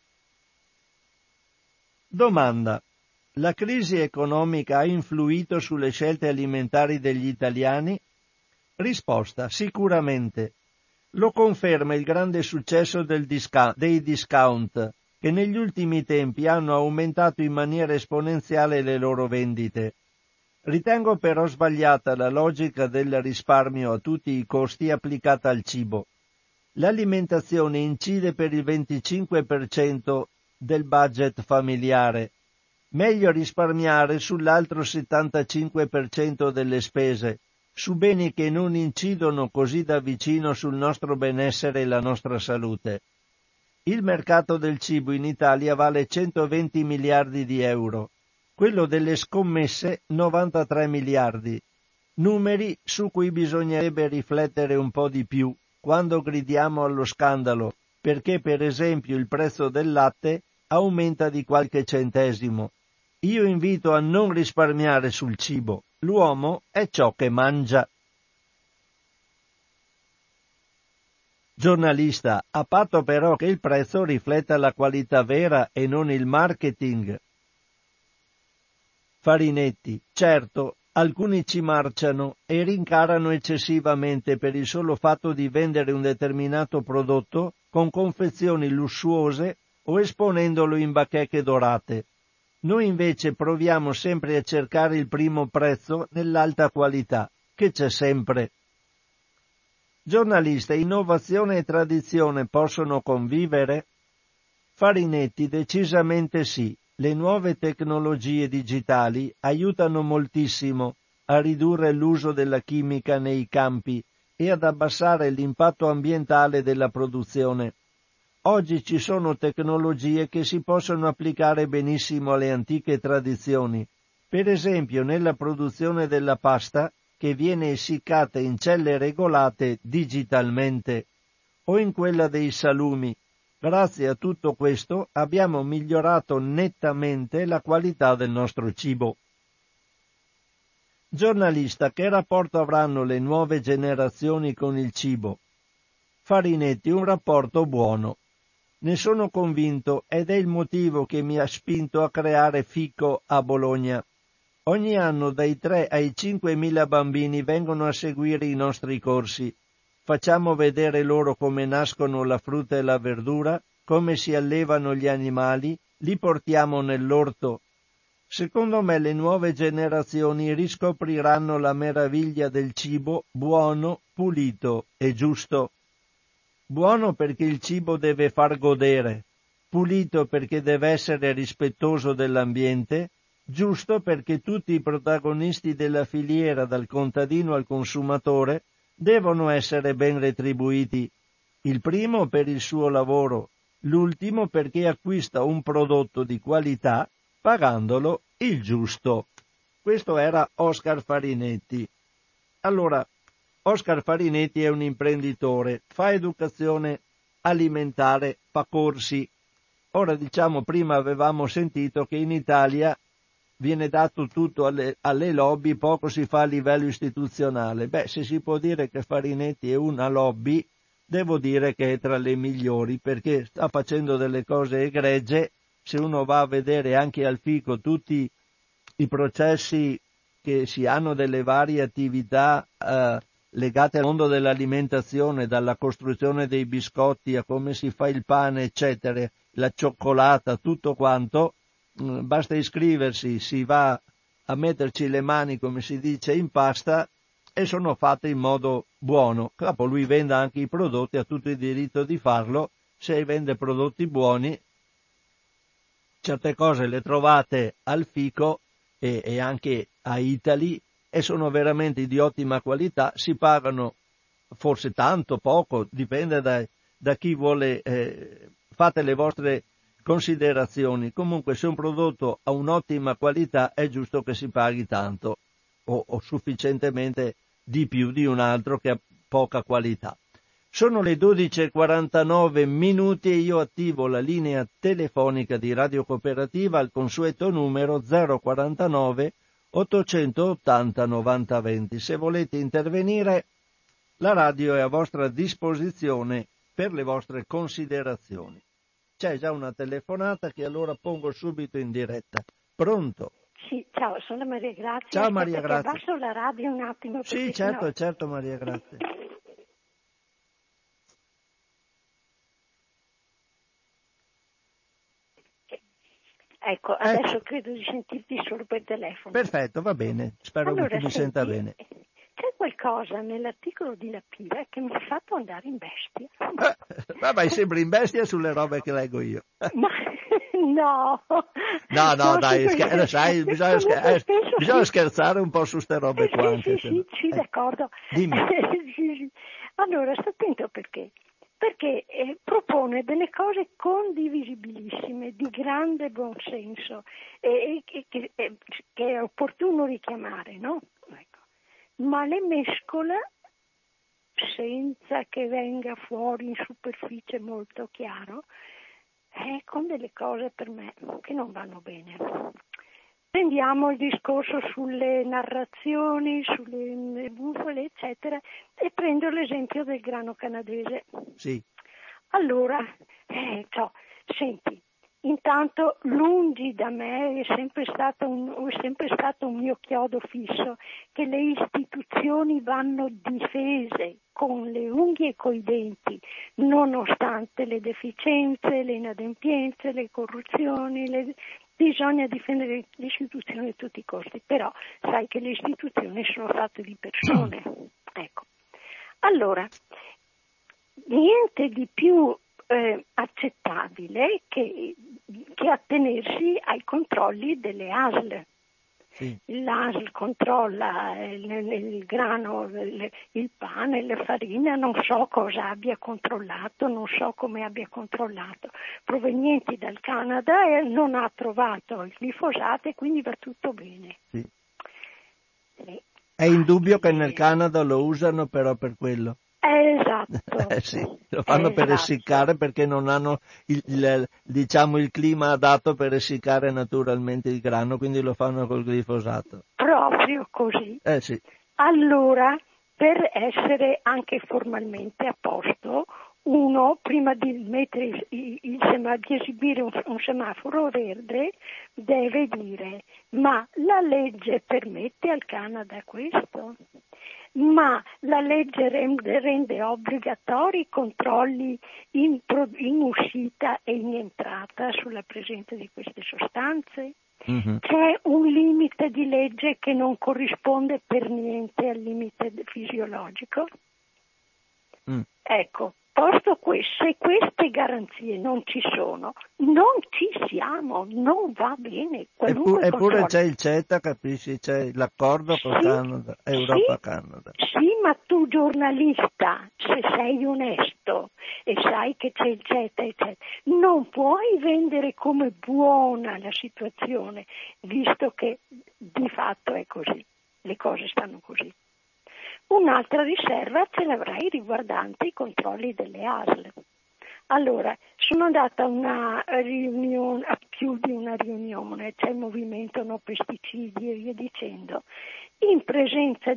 Domanda. La crisi economica ha influito sulle scelte alimentari degli italiani? Risposta. Sicuramente. Lo conferma il grande successo dei discount, che negli ultimi tempi hanno aumentato in maniera esponenziale le loro vendite. Ritengo però sbagliata la logica del risparmio a tutti i costi applicata al cibo. L'alimentazione incide per il 25% del budget familiare. Meglio risparmiare sull'altro 75% delle spese, su beni che non incidono così da vicino sul nostro benessere e la nostra salute. Il mercato del cibo in Italia vale 120 miliardi di euro, quello delle scommesse 93 miliardi, numeri su cui bisognerebbe riflettere un po' di più quando gridiamo allo scandalo, perché per esempio il prezzo del latte aumenta di qualche centesimo. Io invito a non risparmiare sul cibo. L'uomo è ciò che mangia. Giornalista, a patto però che il prezzo rifletta la qualità vera e non il marketing. Farinetti, certo, alcuni ci marciano e rincarano eccessivamente per il solo fatto di vendere un determinato prodotto con confezioni lussuose o esponendolo in bacheche dorate. Noi invece proviamo sempre a cercare il primo prezzo nell'alta qualità, che c'è sempre. Giornalista, innovazione e tradizione possono convivere? Farinetti, decisamente sì. Le nuove tecnologie digitali aiutano moltissimo a ridurre l'uso della chimica nei campi e ad abbassare l'impatto ambientale della produzione. Oggi ci sono tecnologie che si possono applicare benissimo alle antiche tradizioni, per esempio nella produzione della pasta che viene essiccata in celle regolate digitalmente, o in quella dei salumi. Grazie a tutto questo abbiamo migliorato nettamente la qualità del nostro cibo. Giornalista, che rapporto avranno le nuove generazioni con il cibo? Farinetti, un rapporto buono. Ne sono convinto ed è il motivo che mi ha spinto a creare FICO a Bologna. Ogni anno dai 3 ai 5.000 bambini vengono a seguire i nostri corsi. Facciamo vedere loro come nascono la frutta e la verdura, come si allevano gli animali, li portiamo nell'orto. Secondo me le nuove generazioni riscopriranno la meraviglia del cibo buono, pulito e giusto. Buono perché il cibo deve far godere, pulito perché deve essere rispettoso dell'ambiente, giusto perché tutti i protagonisti della filiera, dal contadino al consumatore, devono essere ben retribuiti. Il primo per il suo lavoro, l'ultimo perché acquista un prodotto di qualità pagandolo il giusto. Questo era Oscar Farinetti. Allora, Oscar Farinetti è un imprenditore, fa educazione alimentare, fa corsi. Ora prima avevamo sentito che in Italia viene dato tutto alle lobby, poco si fa a livello istituzionale. Se si può dire che Farinetti è una lobby, devo dire che è tra le migliori, perché sta facendo delle cose egregie. Se uno va a vedere anche al FICO tutti i processi che si hanno delle varie attività legate al mondo dell'alimentazione, dalla costruzione dei biscotti a come si fa il pane, eccetera, la cioccolata, tutto quanto, basta iscriversi, si va a metterci le mani, come si dice, in pasta e sono fatte in modo buono. Capo lui vende anche i prodotti, ha tutto il diritto di farlo, se vende prodotti buoni certe cose le trovate al Fico e anche a Italy e sono veramente di ottima qualità, si pagano forse tanto, poco, dipende da chi vuole, fate le vostre considerazioni. Comunque se un prodotto ha un'ottima qualità è giusto che si paghi tanto o sufficientemente di più di un altro che ha poca qualità. Sono le 12:49 e io attivo la linea telefonica di Radio Cooperativa al consueto numero 049 880 90 20. Se volete intervenire, la radio è a vostra disposizione per le vostre considerazioni. C'è già una telefonata che allora pongo subito in diretta. Pronto? Sì, ciao, sono Maria Grazia. Ciao Maria Grazia. Abbasso la radio un attimo. Sì, certo Maria Grazia. Ecco, adesso credo di sentirti solo per telefono. Perfetto, va bene, spero che tu mi senta bene. C'è qualcosa nell'articolo di Lapira che mi ha fatto andare in bestia. Vai sempre in bestia sulle robe che leggo io. Ma no. No, dai, sai, bisogna scherzare un po' su ste robe qua. Sì, d'accordo. Dimmi. Sì. Allora, sto attento perché propone delle cose condivisibilissime, di grande buonsenso, che è opportuno richiamare, no? Ecco. Ma le mescola senza che venga fuori in superficie molto chiaro, con delle cose per me che non vanno bene. Prendiamo il discorso sulle narrazioni, sulle bufale, eccetera, e prendo l'esempio del grano canadese. Sì. Allora, senti, intanto lungi da me è sempre stato un mio chiodo fisso che le istituzioni vanno difese con le unghie e coi denti, nonostante le deficienze, le inadempienze, le corruzioni, bisogna difendere le istituzioni a tutti i costi, però sai che le istituzioni sono fatte di persone. Ecco. Allora, niente di più accettabile che attenersi ai controlli delle ASL. Sì. L'ASL controlla il grano, il pane, la farina, non so cosa abbia controllato, non so come abbia controllato, provenienti dal Canada e non ha trovato il glifosato e quindi va tutto bene. Sì. È indubbio che nel Canada lo usano però per quello. Esatto. Sì, lo fanno per essiccare perché non hanno il clima adatto per essiccare naturalmente il grano, quindi lo fanno col glifosato. Proprio così. Sì. Allora, per essere anche formalmente a posto, uno prima di mettere di esibire un semaforo verde deve dire: ma la legge permette al Canada questo? Ma la legge rende obbligatori i controlli in uscita e in entrata sulla presenza di queste sostanze? Mm-hmm. C'è un limite di legge che non corrisponde per niente al limite fisiologico? Ecco, posto se queste garanzie non ci sono, non ci siamo, non va bene. Eppure c'è il CETA, capisci? C'è l'accordo con Canada, Europa-Canada. Sì, ma tu giornalista, se sei onesto e sai che c'è il CETA, eccetera, non puoi vendere come buona la situazione, visto che di fatto è così, le cose stanno così. Un'altra riserva ce l'avrai riguardante i controlli delle ASL. Allora, sono andata a una riunione, a più di una riunione, c'è il movimento no pesticidi e via dicendo, in presenza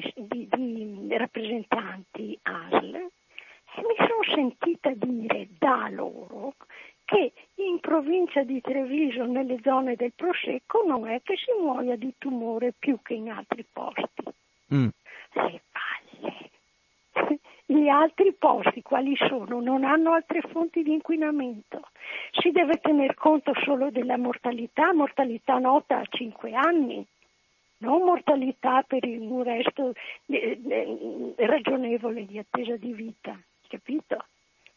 di rappresentanti ASL, e mi sono sentita dire da loro che in provincia di Treviso, nelle zone del Prosecco, non è che si muoia di tumore più che in altri posti. Le palle. Gli altri posti quali sono? Non hanno altre fonti di inquinamento. Si deve tener conto solo della mortalità nota a 5 anni, non mortalità per un resto ragionevole di attesa di vita, capito?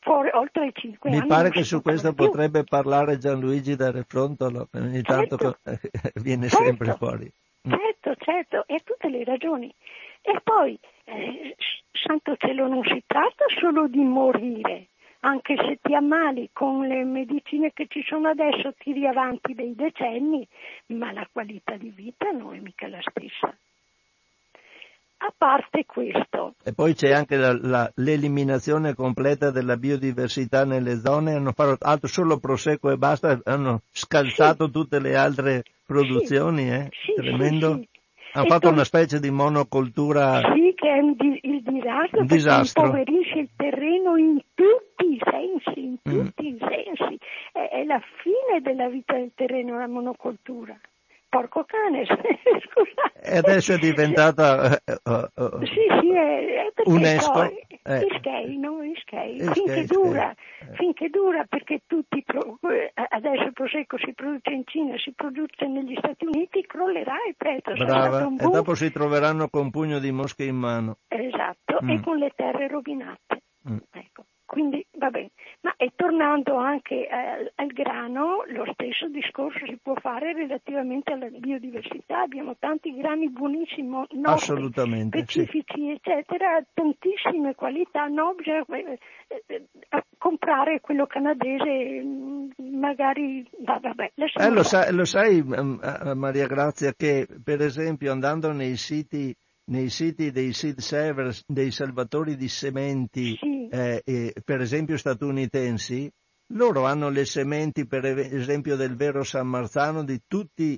oltre ai 5 anni. Mi pare che su questo potrebbe parlare Gianluigi da Refrontolo, ogni tanto viene sempre fuori. Certo, e ha tutte le ragioni. E poi, santo cielo, non si tratta solo di morire, anche se ti ammali con le medicine che ci sono adesso, tiri avanti dei decenni, ma la qualità di vita non è mica la stessa. A parte questo. E poi c'è anche l'eliminazione completa della biodiversità nelle zone, hanno fatto solo prosecco e basta, hanno scalzato tutte le altre produzioni, tremendo. Sì. Hanno fatto una specie di monocoltura. Sì, che è il disastro, perché impoverisce il terreno in tutti i sensi, È la fine della vita del terreno la monocoltura. Porco cane, scusate. E adesso è diventata sì, è UNESCO. Ischei, finché dura, perché adesso il prosecco si produce in Cina, si produce negli Stati Uniti, crollerà il prezzo. Brava, e dopo si troveranno con un pugno di mosche in mano. Esatto, e con le terre rovinate. Ecco. Quindi va bene, ma e tornando anche al grano, lo stesso discorso si può fare relativamente alla biodiversità. Abbiamo tanti grani buonissimi nostri, specifici, eccetera, tantissime qualità, no? Bisogna comprare quello canadese, magari, vabbè. Lo sai, Maria Grazia, che per esempio andando nei siti dei seed savers, dei salvatori di sementi, per esempio statunitensi, loro hanno le sementi, per esempio del vero San Marzano, di tutti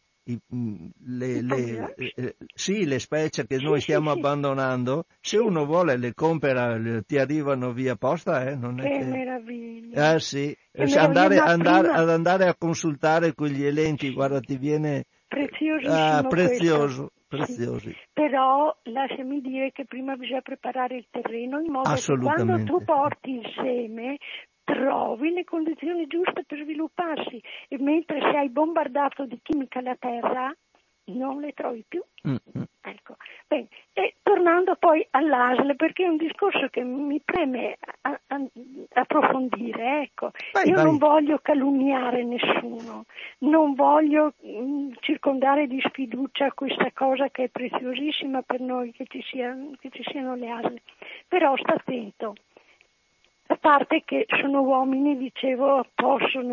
le specie che noi stiamo abbandonando. Se uno vuole le compra, ti arrivano via posta, non è che meraviglia. Sì, andare a consultare quegli elenchi, guarda, ti viene prezioso. Preziosi. Sì. Però lasciami dire che prima bisogna preparare il terreno in modo che quando tu porti il seme trovi le condizioni giuste per svilupparsi, e mentre se hai bombardato di chimica la terra non le trovi più. Ecco. Bene. E tornando poi all'ASL, perché è un discorso che mi preme approfondire, ecco. Io non voglio calunniare nessuno, non voglio circondare di sfiducia questa cosa che è preziosissima per noi, che ci siano le ASL, però sta attento. A parte che sono uomini, dicevo, possono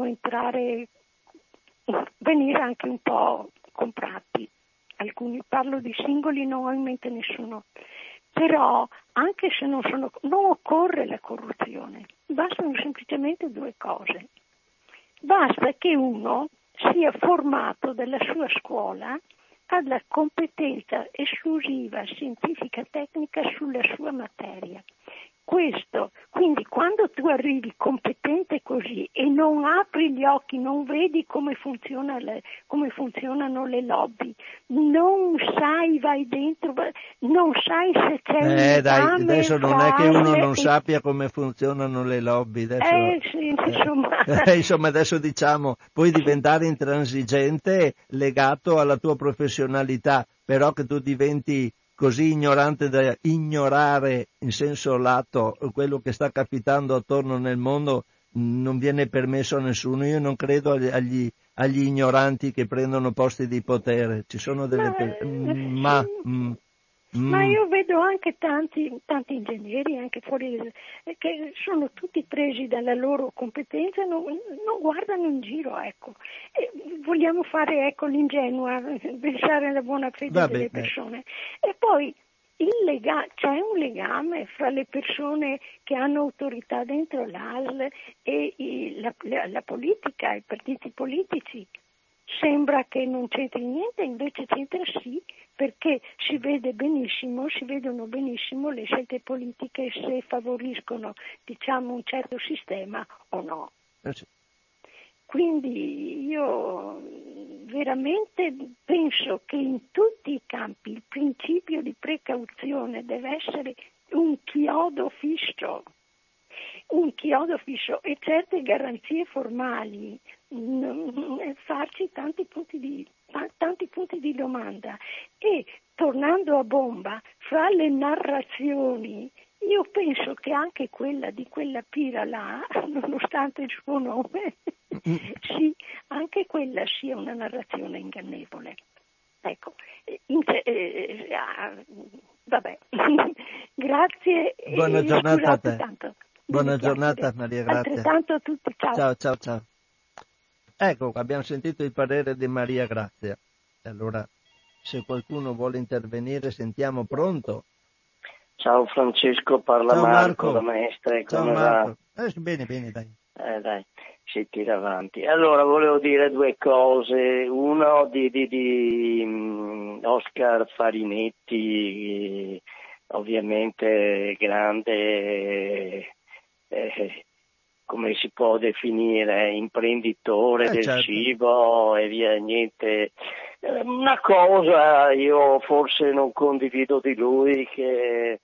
venire anche un po' comprati. Alcuni, parlo di singoli, non ho in mente nessuno. Però, anche se non occorre la corruzione, bastano semplicemente due cose. Basta che uno sia formato dalla sua scuola alla competenza esclusiva scientifica tecnica sulla sua materia. Questo, quindi quando tu arrivi competente così e non apri gli occhi, non vedi come funzionano le lobby, non sai, vai dentro, non sai se c'è un legame. Adesso non è che uno non sappia come funzionano le lobby, insomma adesso diciamo, puoi diventare intransigente legato alla tua professionalità, però che tu diventi così ignorante da ignorare in senso lato quello che sta capitando attorno nel mondo, non viene permesso a nessuno. Io non credo agli ignoranti che prendono posti di potere. Ci sono delle ma io vedo anche tanti ingegneri anche fuori che sono tutti presi dalla loro competenza, non guardano in giro, ecco. E vogliamo fare l'ingenua, pensare alla buona fede delle persone. E poi c'è un legame fra le persone che hanno autorità dentro l'ASL e la politica, i partiti politici. Sembra che non c'entri niente, invece c'entra sì, perché si vedono benissimo le scelte politiche se favoriscono, diciamo, un certo sistema o no. Quindi io veramente penso che in tutti i campi il principio di precauzione deve essere un chiodo fisso e certe garanzie formali, farci tanti punti di domanda. E tornando a bomba, fra le narrazioni io penso che anche quella di quella Pira là, nonostante il suo nome, sì, anche quella sia una narrazione ingannevole. Ecco, vabbè, grazie Buona e giornata a scusate te. tanto. Buona giornata Maria Grazia. Altrettanto a tutti, ciao. Ciao. Ecco, abbiamo sentito il parere di Maria Grazia. Allora, se qualcuno vuole intervenire, sentiamo. Pronto? Ciao Francesco, parla Ciao Marco da Marco. Mestre, Ciao come Marco. va? Bene, dai. Dai, si tira avanti. Allora, volevo dire due cose. Uno di Oscar Farinetti, ovviamente grande, come si può definire, imprenditore del Certo. cibo e via niente. Una cosa io forse non condivido di lui che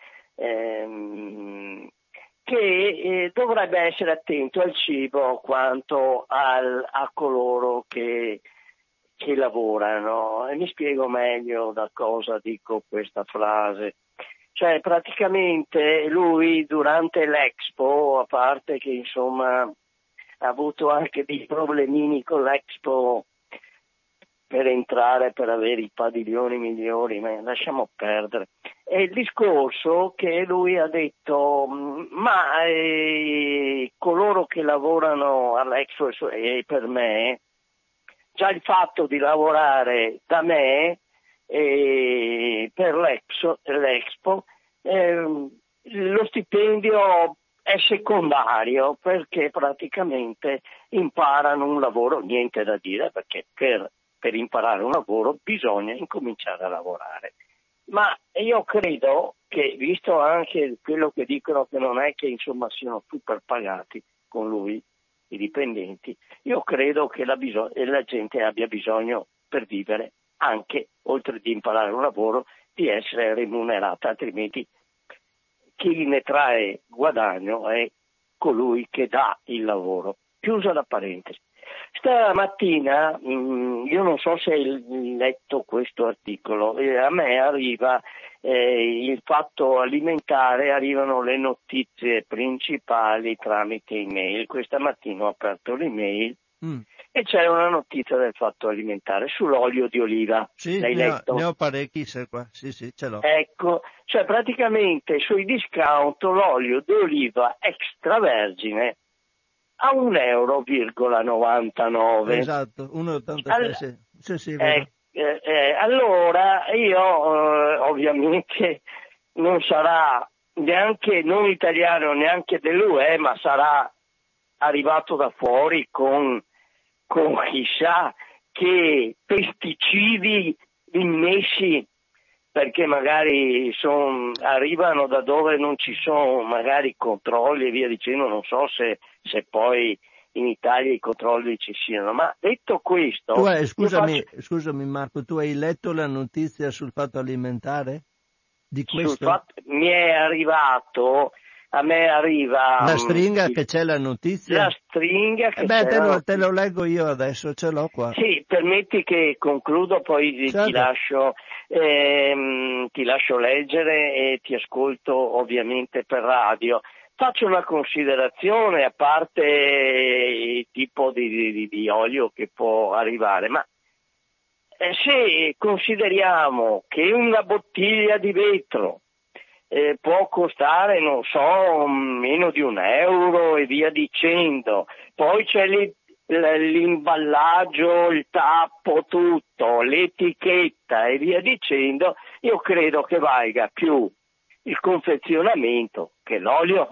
dovrebbe essere attento al cibo quanto a coloro che lavorano. E mi spiego meglio da cosa dico questa frase. Cioè, praticamente lui durante l'Expo, a parte che insomma ha avuto anche dei problemini con l'Expo per entrare, per avere i padiglioni migliori, ma lasciamo perdere. È il discorso che lui ha detto, ma coloro che lavorano all'Expo e per me, già il fatto di lavorare da me per l'Expo, lo stipendio è secondario perché praticamente imparano un lavoro, niente da dire, perché per imparare un lavoro bisogna incominciare a lavorare. Ma io credo che, visto anche quello che dicono che non è che insomma siano super pagati con lui, i dipendenti, io credo che la gente abbia bisogno per vivere anche, oltre di imparare un lavoro, di essere remunerata, altrimenti chi ne trae guadagno è colui che dà il lavoro. Chiusa la parentesi. Stamattina, io non so se hai letto questo articolo, a me arriva il fatto alimentare, arrivano le notizie principali tramite email. Questa mattina ho aperto l'email e c'è una notizia del fatto alimentare sull'olio di oliva. Sì, L'hai letto? ne ho parecchi, qua. Sì, ce l'ho. Ecco, cioè praticamente sui discount l'olio di oliva extravergine a €1,99. Esatto, 1,86. Sì, vero. Allora io ovviamente non sarà neanche non italiano neanche dell'UE, ma sarà arrivato da fuori con chissà che pesticidi immessi, perché magari arrivano da dove non ci sono magari controlli e via dicendo, non so se poi in Italia i controlli ci siano. Ma detto questo, scusami Marco, tu hai letto la notizia sul fatto alimentare di questo? Mi è arrivato, a me arriva la stringa che c'è la notizia? La stringa che c'è te lo leggo io adesso, ce l'ho qua. Sì, permetti che concludo, poi certo. ti lascio leggere e ti ascolto ovviamente per radio. Faccio una considerazione, a parte il tipo di olio che può arrivare, ma se consideriamo che una bottiglia di vetro può costare, non so, meno di €1 e via dicendo, poi c'è l'imballaggio, il tappo, tutto, l'etichetta e via dicendo, io credo che valga più il confezionamento che l'olio.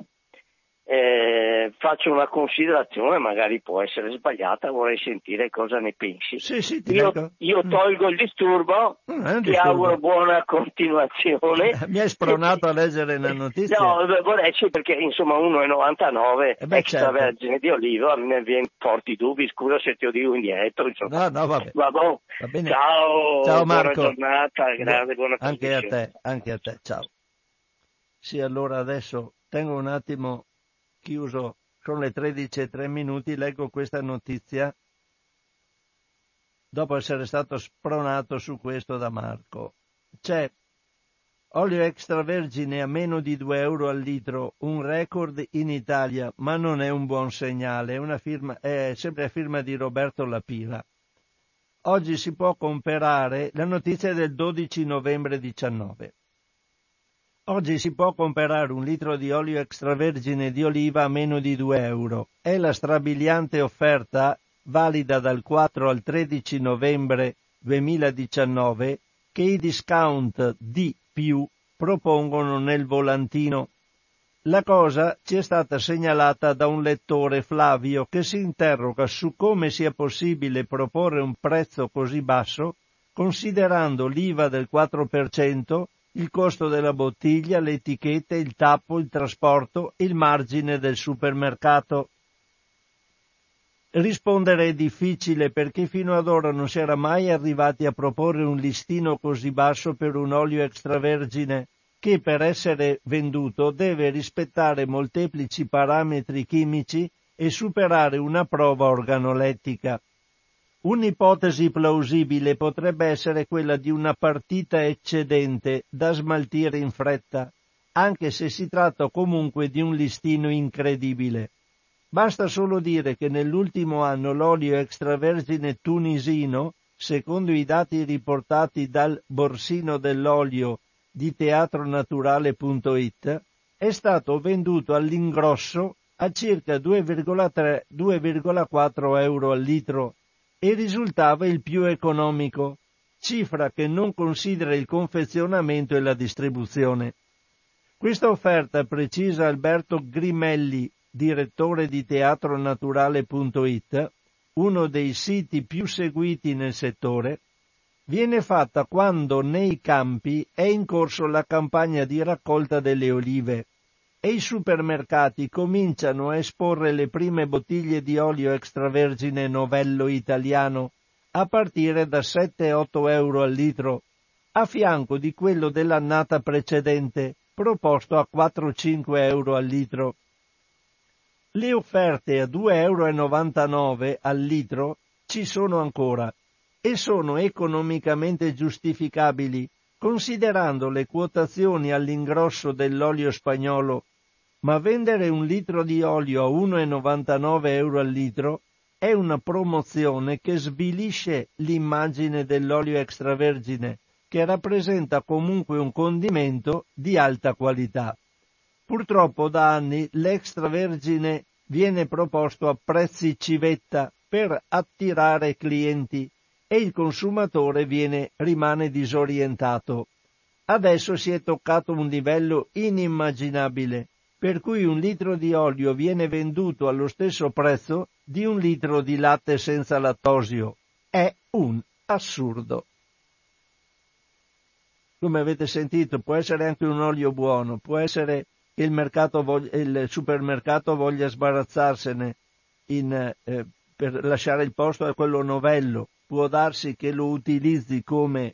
Faccio una considerazione, magari può essere sbagliata, vorrei sentire cosa ne pensi. Sì, io tolgo il disturbo, ti auguro buona continuazione. Mi hai spronato a leggere la notizia? No, vorrei perché insomma 1,99 extravergine di oliva, mi viene forti dubbi, scusa se ti lo dico indietro. Insomma. No, vabbè. Va bene. Ciao Marco. Buona giornata, grazie, buona anche a te, ciao. Sì, allora adesso tengo un attimo chiuso, sono le 13:03, leggo questa notizia dopo essere stato spronato su questo da Marco. C'è Olio extravergine a meno di 2 euro al litro, un record in Italia, ma non è un buon segnale, è sempre a firma di Roberto Lapira. Oggi si può comprare, la notizia è del 12 novembre 19. Oggi si può comprare un litro di olio extravergine di oliva a meno di 2 euro. È la strabiliante offerta, valida dal 4 al 13 novembre 2019, che i discount D+ propongono nel volantino. La cosa ci è stata segnalata da un lettore, Flavio, che si interroga su come sia possibile proporre un prezzo così basso, considerando l'IVA del 4%, il costo della bottiglia, le etichette, il tappo, il trasporto e il margine del supermercato. Rispondere è difficile perché fino ad ora non si era mai arrivati a proporre un listino così basso per un olio extravergine che per essere venduto deve rispettare molteplici parametri chimici e superare una prova organolettica. Un'ipotesi plausibile potrebbe essere quella di una partita eccedente da smaltire in fretta, anche se si tratta comunque di un listino incredibile. Basta solo dire che nell'ultimo anno l'olio extravergine tunisino, secondo i dati riportati dal borsino dell'olio di teatronaturale.it, è stato venduto all'ingrosso a circa 2,4 euro al litro e risultava il più economico, cifra che non considera il confezionamento e la distribuzione. Questa offerta, precisa Alberto Grimelli, direttore di teatronaturale.it, uno dei siti più seguiti nel settore, viene fatta quando nei campi è in corso la campagna di raccolta delle olive e i supermercati cominciano a esporre le prime bottiglie di olio extravergine novello italiano a partire da 7-8 euro al litro, a fianco di quello dell'annata precedente, proposto a 4-5 euro al litro. Le offerte a 2,99 euro al litro ci sono ancora e sono economicamente giustificabili, considerando le quotazioni all'ingrosso dell'olio spagnolo, ma vendere un litro di olio a 1,99 euro al litro è una promozione che svilisce l'immagine dell'olio extravergine, che rappresenta comunque un condimento di alta qualità. Purtroppo da anni l'extravergine viene proposto a prezzi civetta per attirare clienti e il consumatore rimane disorientato. Adesso si è toccato un livello inimmaginabile, per cui un litro di olio viene venduto allo stesso prezzo di un litro di latte senza lattosio. È un assurdo. Come avete sentito, può essere anche un olio buono, può essere che il supermercato voglia sbarazzarsene per lasciare il posto a quello novello, può darsi che lo utilizzi come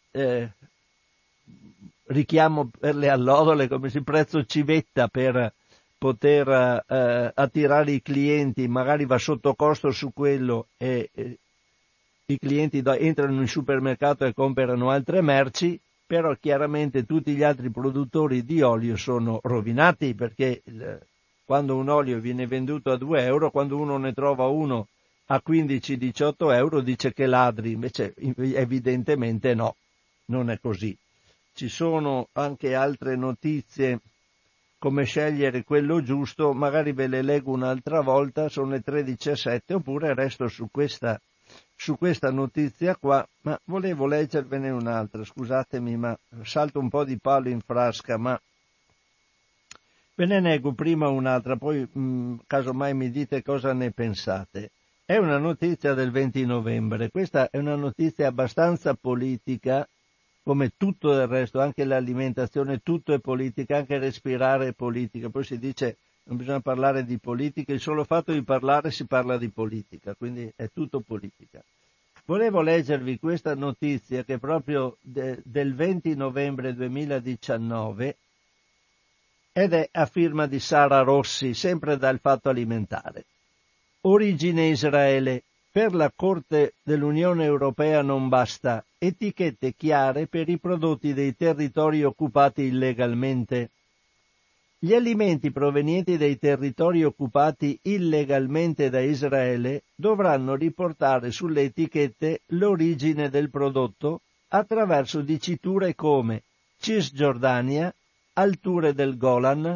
richiamo per le allodole, come si prezzo civetta per poter attirare i clienti, magari va sotto costo su quello e i clienti entrano in supermercato e comprano altre merci, però chiaramente tutti gli altri produttori di olio sono rovinati perché quando un olio viene venduto a 2 euro, quando uno ne trova uno a 15-18 euro dice che ladri, invece evidentemente no, non è così. Ci sono anche altre notizie, come scegliere quello giusto, magari ve le leggo un'altra volta, sono le 13:07, oppure resto su questa notizia qua, ma volevo leggervene un'altra, scusatemi, ma salto un po' di palo in frasca, ma ve ne leggo prima un'altra, poi casomai mi dite cosa ne pensate. È una notizia del 20 novembre, questa è una notizia abbastanza politica, come tutto del resto, anche l'alimentazione, tutto è politica, anche respirare è politica, poi si dice non bisogna parlare di politica, il solo fatto di parlare si parla di politica, quindi è tutto politica. Volevo leggervi questa notizia che è proprio del 20 novembre 2019 ed è a firma di Sara Rossi, sempre dal Fatto Alimentare. Origine Israele. Per la Corte dell'Unione Europea non basta etichette chiare per i prodotti dei territori occupati illegalmente. Gli alimenti provenienti dai territori occupati illegalmente da Israele dovranno riportare sulle etichette l'origine del prodotto attraverso diciture come Cisgiordania, alture del Golan,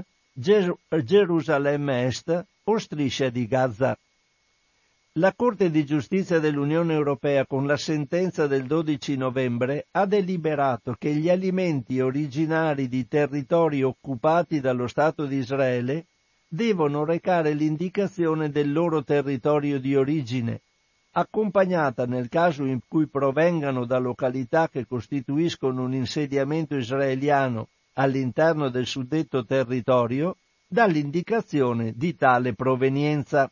Gerusalemme Est o striscia di Gaza. La Corte di Giustizia dell'Unione Europea, con la sentenza del 12 novembre, ha deliberato che gli alimenti originari di territori occupati dallo Stato di Israele devono recare l'indicazione del loro territorio di origine, accompagnata, nel caso in cui provengano da località che costituiscono un insediamento israeliano all'interno del suddetto territorio, dall'indicazione di tale provenienza.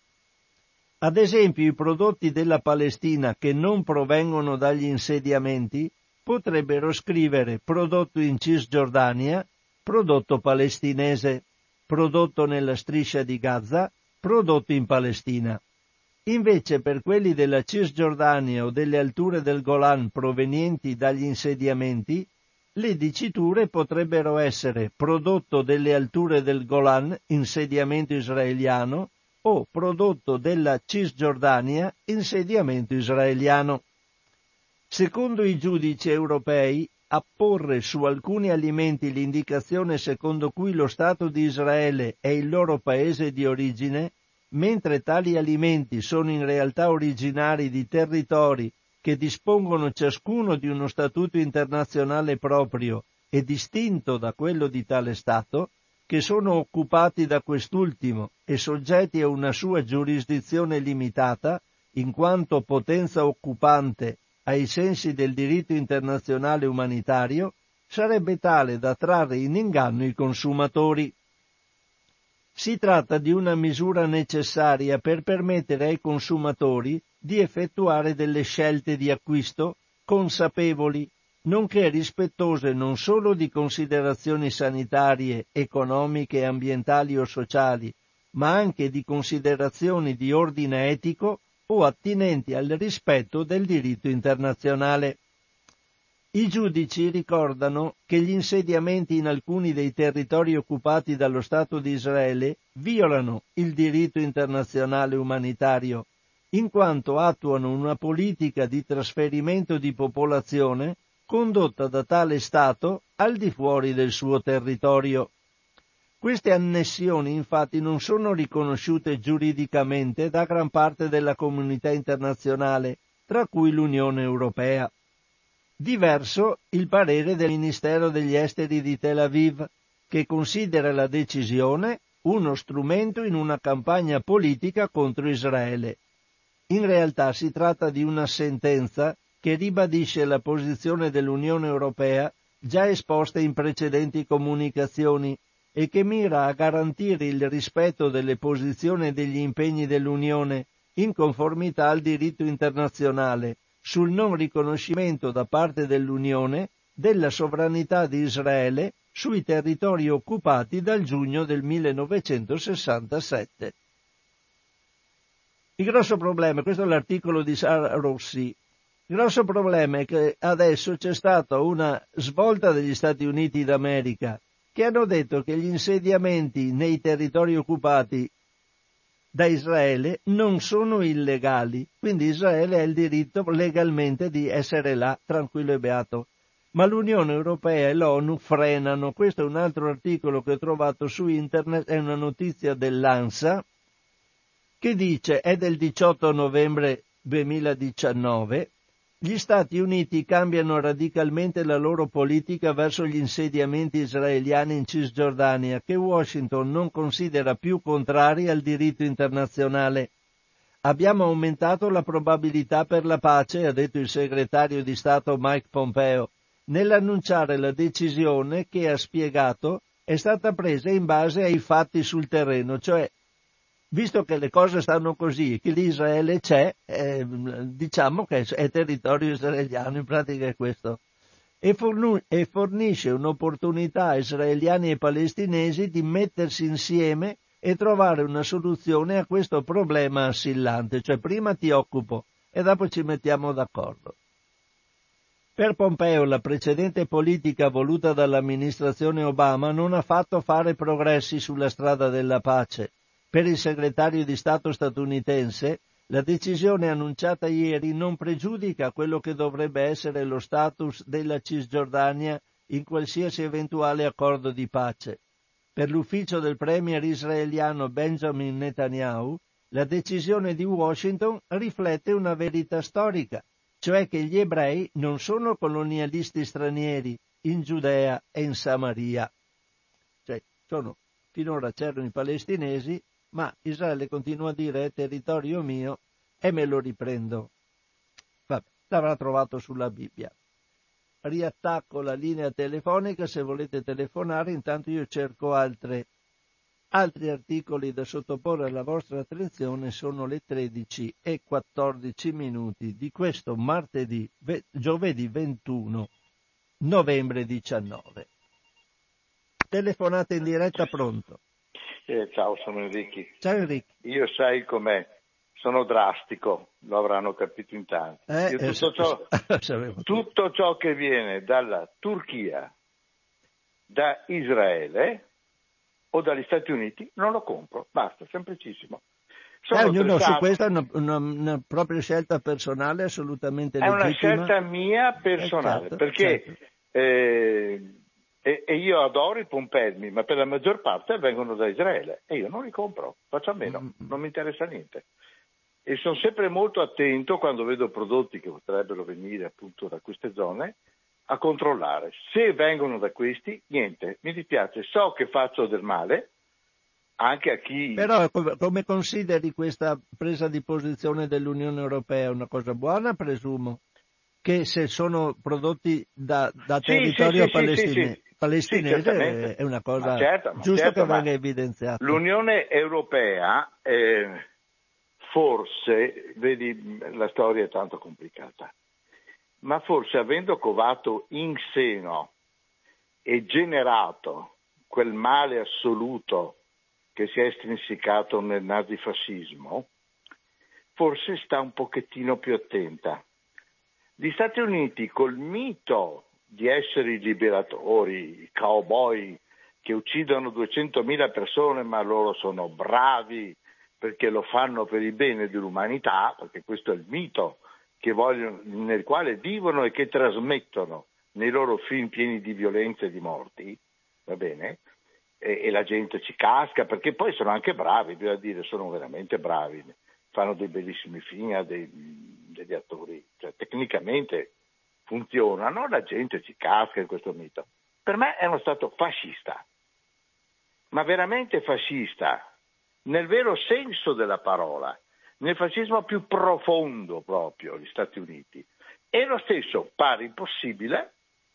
Ad esempio, i prodotti della Palestina che non provengono dagli insediamenti potrebbero scrivere prodotto in Cisgiordania, prodotto palestinese, prodotto nella striscia di Gaza, prodotto in Palestina. Invece per quelli della Cisgiordania o delle alture del Golan provenienti dagli insediamenti, le diciture potrebbero essere prodotto delle alture del Golan, insediamento israeliano, o prodotto della Cisgiordania, insediamento israeliano. Secondo i giudici europei, apporre su alcuni alimenti l'indicazione secondo cui lo Stato di Israele è il loro paese di origine, mentre tali alimenti sono in realtà originari di territori che dispongono ciascuno di uno statuto internazionale proprio e distinto da quello di tale Stato, che sono occupati da quest'ultimo e soggetti a una sua giurisdizione limitata, in quanto potenza occupante ai sensi del diritto internazionale umanitario, sarebbe tale da trarre in inganno i consumatori. Si tratta di una misura necessaria per permettere ai consumatori di effettuare delle scelte di acquisto consapevoli, nonché rispettose non solo di considerazioni sanitarie, economiche, ambientali o sociali, ma anche di considerazioni di ordine etico o attinenti al rispetto del diritto internazionale. I giudici ricordano che gli insediamenti in alcuni dei territori occupati dallo Stato di Israele violano il diritto internazionale umanitario, in quanto attuano una politica di trasferimento di popolazione condotta da tale Stato al di fuori del suo territorio. Queste annessioni infatti non sono riconosciute giuridicamente da gran parte della comunità internazionale, tra cui l'Unione Europea. Diverso il parere del Ministero degli Esteri di Tel Aviv, che considera la decisione uno strumento in una campagna politica contro Israele. In realtà si tratta di una sentenza che ribadisce la posizione dell'Unione Europea già esposta in precedenti comunicazioni e che mira a garantire il rispetto delle posizioni e degli impegni dell'Unione in conformità al diritto internazionale sul non riconoscimento da parte dell'Unione della sovranità di Israele sui territori occupati dal giugno del 1967. Il grosso problema, questo è l'articolo di Sara Rossi, il grosso problema è che adesso c'è stata una svolta degli Stati Uniti d'America che hanno detto che gli insediamenti nei territori occupati da Israele non sono illegali, quindi Israele ha il diritto legalmente di essere là, tranquillo e beato. Ma l'Unione Europea e l'ONU frenano. Questo è un altro articolo che ho trovato su internet, è una notizia dell'ANSA, che dice, è del 18 novembre 2019, gli Stati Uniti cambiano radicalmente la loro politica verso gli insediamenti israeliani in Cisgiordania, che Washington non considera più contrari al diritto internazionale. Abbiamo aumentato la probabilità per la pace, ha detto il segretario di Stato Mike Pompeo, nell'annunciare la decisione che, ha spiegato, è stata presa in base ai fatti sul terreno, cioè visto che le cose stanno così, che l'Israele c'è, diciamo che è territorio israeliano, in pratica è questo, e fornisce un'opportunità a israeliani e palestinesi di mettersi insieme e trovare una soluzione a questo problema assillante, cioè prima ti occupo e dopo ci mettiamo d'accordo. Per Pompeo la precedente politica voluta dall'amministrazione Obama non ha fatto fare progressi sulla strada della pace. Per il segretario di Stato statunitense la decisione annunciata ieri non pregiudica quello che dovrebbe essere lo status della Cisgiordania in qualsiasi eventuale accordo di pace. Per l'ufficio del premier israeliano Benjamin Netanyahu, la decisione di Washington riflette una verità storica, cioè che gli ebrei non sono colonialisti stranieri in Giudea e in Samaria. Cioè, finora c'erano i palestinesi, ma Israele continua a dire è territorio mio e me lo riprendo. Vabbè, l'avrà trovato sulla Bibbia. Riattacco la linea telefonica se volete telefonare, intanto io cerco altri articoli da sottoporre alla vostra attenzione. Sono le 13:14 di questo giovedì 21 novembre 19. Telefonate in diretta, pronto? Ciao, sono Enrico. Ciao Enrico. Io sai com'è, sono drastico, lo avranno capito in tanti. Tutto ciò che viene dalla Turchia, da Israele o dagli Stati Uniti non lo compro, basta, semplicissimo. Ognuno su questa è una propria scelta personale assolutamente legittima. È una scelta mia personale, certo, perché certo. E io adoro i pompelmi, ma per la maggior parte vengono da Israele e io non li compro, faccio a meno, non mi interessa niente. E sono sempre molto attento quando vedo prodotti che potrebbero venire appunto da queste zone a controllare. Se vengono da questi, niente, mi dispiace, so che faccio del male anche a chi... Però come consideri questa presa di posizione dell'Unione Europea? Una cosa buona, presumo? Che se sono prodotti da territorio palestinese è una cosa giusta che venga evidenziata. L'Unione Europea, forse, vedi, la storia è tanto complicata, ma forse avendo covato in seno e generato quel male assoluto che si è estrinsecato nel nazifascismo, forse sta un pochettino più attenta. Gli Stati Uniti, col mito di essere i liberatori, i cowboy che uccidono 200.000 persone, ma loro sono bravi perché lo fanno per il bene dell'umanità, perché questo è il mito che vogliono, nel quale vivono e che trasmettono nei loro film pieni di violenza e di morti, va bene? E la gente ci casca, perché poi sono anche bravi, bisogna dire, sono veramente bravi, fanno dei bellissimi film a degli attori, cioè tecnicamente funzionano, la gente ci casca in questo mito. Per me è uno stato fascista, ma veramente fascista, nel vero senso della parola, nel fascismo più profondo proprio, gli Stati Uniti. E lo stesso, pare impossibile,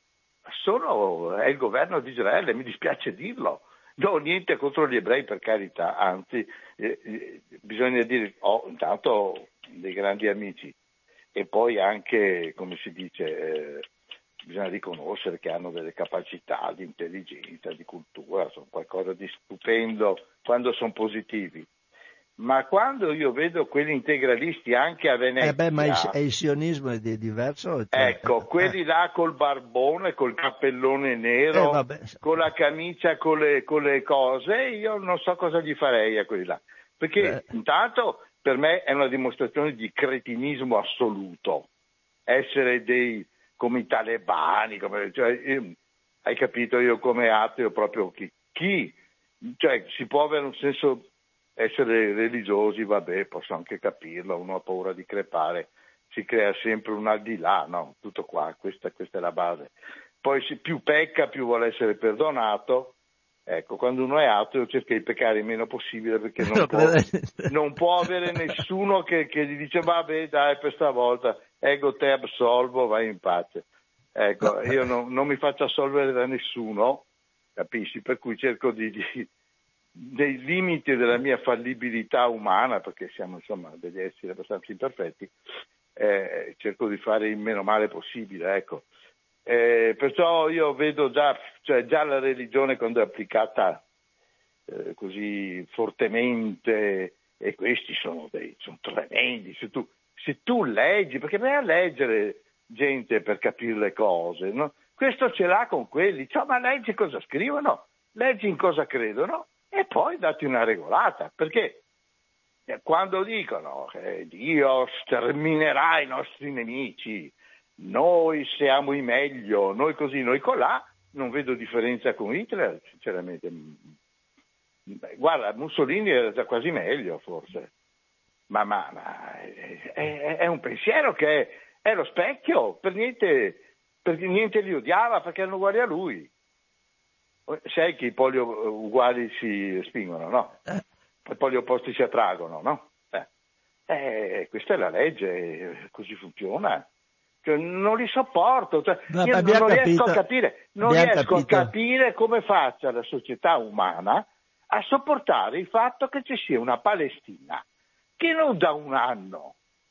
è il governo di Israele, mi dispiace dirlo. Non ho niente contro gli ebrei, per carità, anzi bisogna dire, intanto dei grandi amici e poi anche, come si dice, bisogna riconoscere che hanno delle capacità di intelligenza, di cultura, sono qualcosa di stupendo quando sono positivi. Ma quando io vedo quelli integralisti anche a Venezia... ma il sionismo è diverso? Ecco, quelli là col barbone, col cappellone nero, con la camicia, con le cose, io non so cosa gli farei a quelli là. Perché intanto per me è una dimostrazione di cretinismo assoluto. Essere come i talebani, hai capito, io come ateo proprio cioè si può avere un senso... Essere religiosi, vabbè, posso anche capirlo, uno ha paura di crepare, si crea sempre un al di là, no? Tutto qua, questa è la base. Poi più pecca, più vuole essere perdonato. Ecco, quando uno è ateo cerca di peccare il meno possibile perché non può avere nessuno che gli dice vabbè dai per stavolta, ego te absolvo, vai in pace. Ecco, io non mi faccio assolvere da nessuno, capisci? Per cui cerco dei limiti della mia fallibilità umana, perché siamo insomma degli esseri abbastanza imperfetti, cerco di fare il meno male possibile, ecco. Perciò io vedo già la religione quando è applicata così fortemente, e questi sono tremendi. Se tu leggi, perché vai a leggere gente per capire le cose, no? Questo ce l'ha con quelli, ma leggi cosa scrivono, leggi in cosa credono e poi datti una regolata, perché quando dicono che Dio sterminerà i nostri nemici, noi siamo i meglio, noi così, noi colà, non vedo differenza con Hitler, sinceramente. Guarda, Mussolini era già quasi meglio, forse, ma è un pensiero che è lo specchio, perché niente li odiava, perché erano uguali a lui. Sai che i poli uguali si spingono, no? I poli opposti si attraggono, no? Questa è la legge, così funziona. Non li sopporto, io non riesco a capire come faccia la società umana a sopportare il fatto che ci sia una Palestina che non da un anno,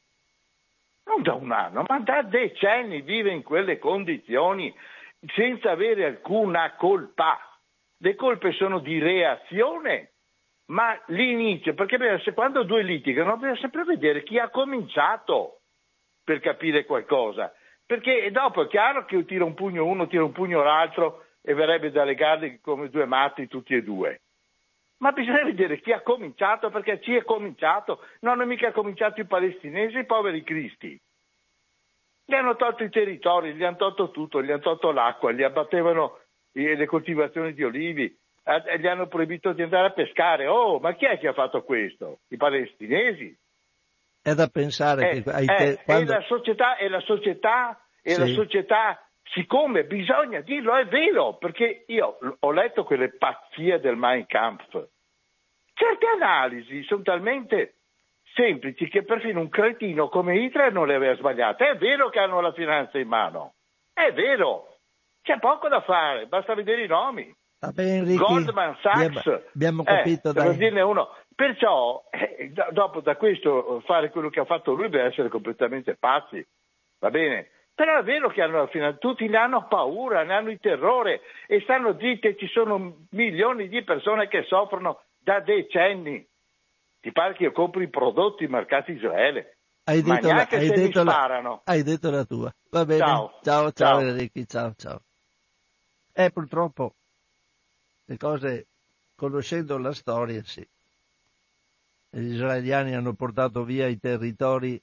ma da decenni vive in quelle condizioni senza avere alcuna colpa. Le colpe sono di reazione, ma l'inizio, perché quando due litigano bisogna sempre vedere chi ha cominciato per capire qualcosa, perché dopo è chiaro che tira un pugno uno, tira un pugno l'altro e verrebbe da legarli come due matti tutti e due. Ma bisogna vedere chi ha cominciato, perché chi è cominciato non hanno mica cominciato i palestinesi, i poveri cristi. Gli hanno tolto i territori, gli hanno tolto tutto, gli hanno tolto l'acqua, gli abbattevano le coltivazioni di olivi, gli hanno proibito di andare a pescare. Oh, ma chi è che ha fatto questo? I palestinesi. È da pensare quando... la società, siccome bisogna dirlo, è vero, perché io ho letto quelle pazzie del Mein Kampf. Certe analisi sono talmente semplici che perfino un cretino come Hitler non le aveva sbagliate. È vero che hanno la finanza in mano, è vero, c'è poco da fare, basta vedere i nomi. Goldman Sachs, abbiamo capito, per dirne uno. Perciò, dopo da questo fare quello che ha fatto lui deve essere completamente pazzi, va bene? Però è vero che tutti ne hanno paura, ne hanno il terrore e stanno zitti, ci sono milioni di persone che soffrono da decenni. Ti pare che io compri i prodotti marcati Israele? Ma neanche se mi sparano. Hai detto la tua. Va bene. Ciao Enrico, ciao. Purtroppo le cose, conoscendo la storia, sì. Gli israeliani hanno portato via i territori,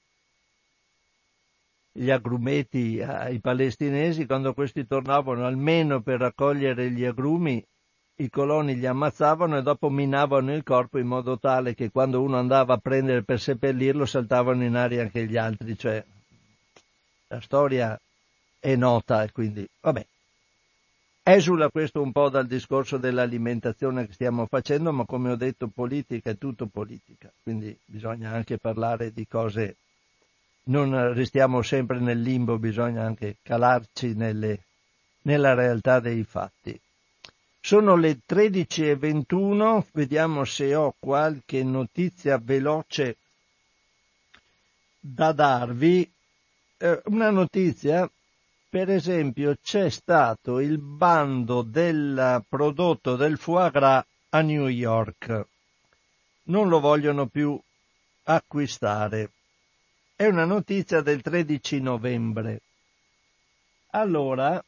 gli agrumeti ai palestinesi. Quando questi tornavano almeno per raccogliere gli agrumi, i coloni li ammazzavano e dopo minavano il corpo in modo tale che quando uno andava a prendere per seppellirlo saltavano in aria anche gli altri. Cioè, la storia è nota e quindi, vabbè. Esula questo un po' dal discorso dell'alimentazione che stiamo facendo, ma come ho detto politica è tutto politica, quindi bisogna anche parlare di cose, non restiamo sempre nel limbo, bisogna anche calarci nella realtà dei fatti. Sono le 13:21, vediamo se ho qualche notizia veloce da darvi. Una notizia. Per esempio c'è stato il bando del prodotto del foie gras a New York. Non lo vogliono più acquistare. È una notizia del 13 novembre. Allora,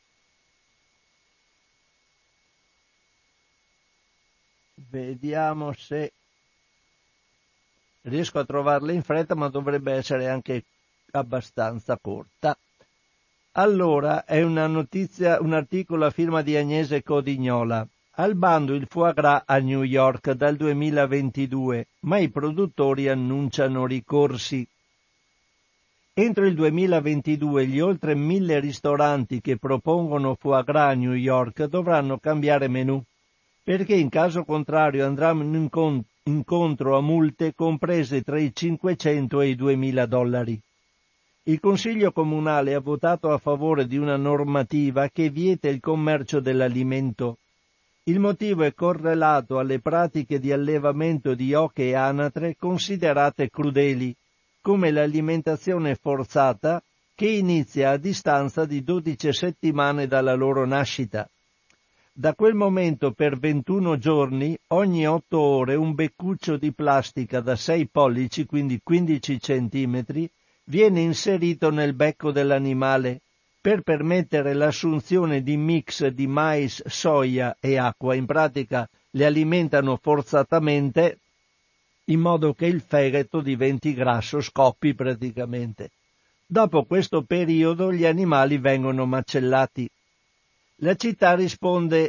vediamo se riesco a trovarla in fretta, ma dovrebbe essere anche abbastanza corta. Allora, è una notizia, un articolo a firma di Agnese Codignola. Al bando il foie gras a New York dal 2022, ma i produttori annunciano ricorsi. Entro il 2022 gli oltre 1000 ristoranti che propongono foie gras a New York dovranno cambiare menù, perché in caso contrario andranno incontro a multe comprese tra i $500 e i $2000. Il Consiglio Comunale ha votato a favore di una normativa che vieta il commercio dell'alimento. Il motivo è correlato alle pratiche di allevamento di oche e anatre considerate crudeli, come l'alimentazione forzata che inizia a distanza di 12 settimane dalla loro nascita. Da quel momento per 21 giorni, ogni 8 ore, un beccuccio di plastica da 6 pollici, quindi 15 centimetri, viene inserito nel becco dell'animale per permettere l'assunzione di mix di mais, soia e acqua. In pratica le alimentano forzatamente in modo che il fegato diventi grasso, scoppi praticamente. Dopo questo periodo gli animali vengono macellati. La città risponde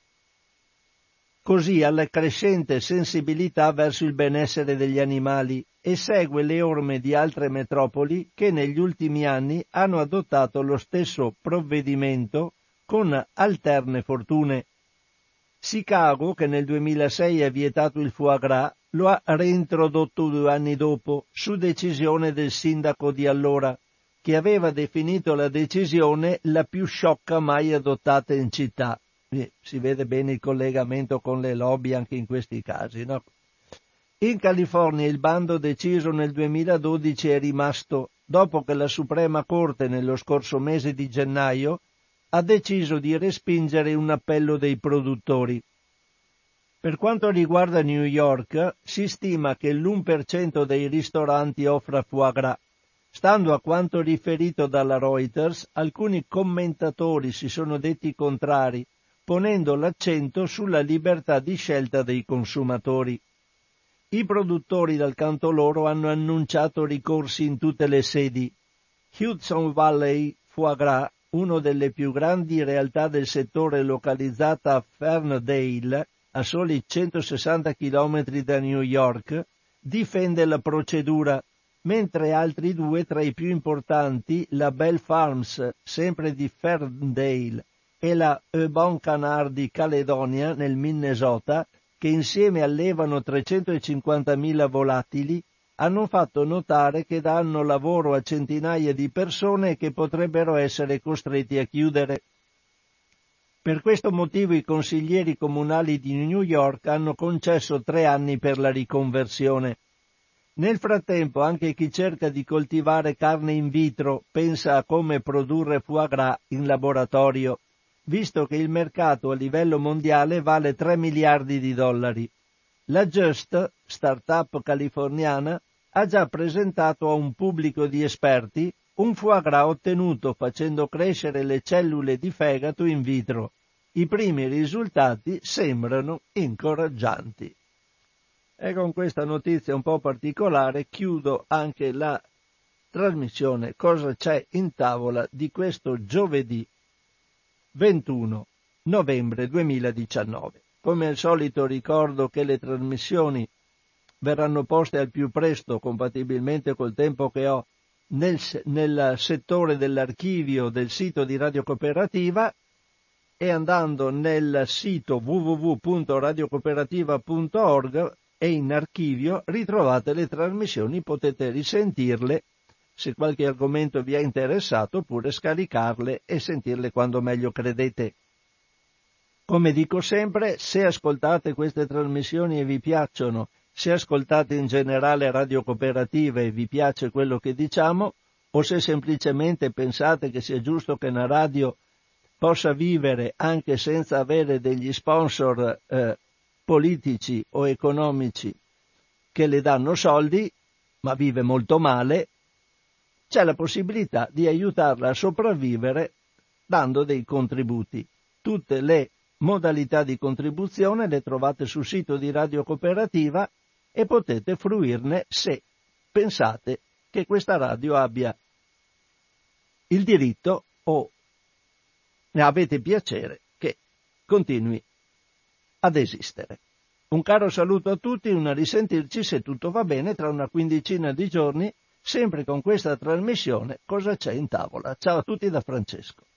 così alla crescente sensibilità verso il benessere degli animali e segue le orme di altre metropoli che negli ultimi anni hanno adottato lo stesso provvedimento con alterne fortune. Chicago, che nel 2006 ha vietato il foie gras, lo ha reintrodotto 2 anni dopo, su decisione del sindaco di allora, che aveva definito la decisione la più sciocca mai adottata in città. Si vede bene il collegamento con le lobby anche in questi casi, no? In California il bando deciso nel 2012 è rimasto dopo che la Suprema Corte nello scorso mese di gennaio ha deciso di respingere un appello dei produttori. Per quanto riguarda New York, si stima che l'1% dei ristoranti offra foie gras. Stando a quanto riferito dalla Reuters, alcuni commentatori si sono detti contrari, ponendo l'accento sulla libertà di scelta dei consumatori. I produttori dal canto loro hanno annunciato ricorsi in tutte le sedi. Hudson Valley Foie Gras, una delle più grandi realtà del settore localizzata a Ferndale, a soli 160 km da New York, difende la procedura, mentre altri 2 tra i più importanti, la Bell Farms, sempre di Ferndale, e la Bon Canard di Caledonia, nel Minnesota, che insieme allevano 350.000 volatili, hanno fatto notare che danno lavoro a centinaia di persone e che potrebbero essere costretti a chiudere. Per questo motivo i consiglieri comunali di New York hanno concesso 3 anni per la riconversione. Nel frattempo anche chi cerca di coltivare carne in vitro pensa a come produrre foie gras in laboratorio, visto che il mercato a livello mondiale vale 3 miliardi di dollari. La Just, startup californiana, ha già presentato a un pubblico di esperti un foie gras ottenuto facendo crescere le cellule di fegato in vitro. I primi risultati sembrano incoraggianti. E con questa notizia un po' particolare chiudo anche la trasmissione Cosa c'è in tavola di questo giovedì 21 novembre 2019. Come al solito ricordo che le trasmissioni verranno poste al più presto, compatibilmente col tempo che ho, nel settore dell'archivio del sito di Radio Cooperativa, e andando nel sito www.radiocooperativa.org e in archivio ritrovate le trasmissioni, potete risentirle se qualche argomento vi è interessato, oppure scaricarle e sentirle quando meglio credete. Come dico sempre, se ascoltate queste trasmissioni e vi piacciono, se ascoltate in generale Radio Cooperativa e vi piace quello che diciamo, o se semplicemente pensate che sia giusto che una radio possa vivere anche senza avere degli sponsor politici o economici che le danno soldi, ma vive molto male, c'è la possibilità di aiutarla a sopravvivere dando dei contributi. Tutte le modalità di contribuzione le trovate sul sito di Radio Cooperativa e potete fruirne se pensate che questa radio abbia il diritto o ne avete piacere che continui ad esistere. Un caro saluto a tutti, un risentirci se tutto va bene tra una quindicina di giorni, sempre con questa trasmissione Cosa c'è in tavola. Ciao a tutti da Francesco.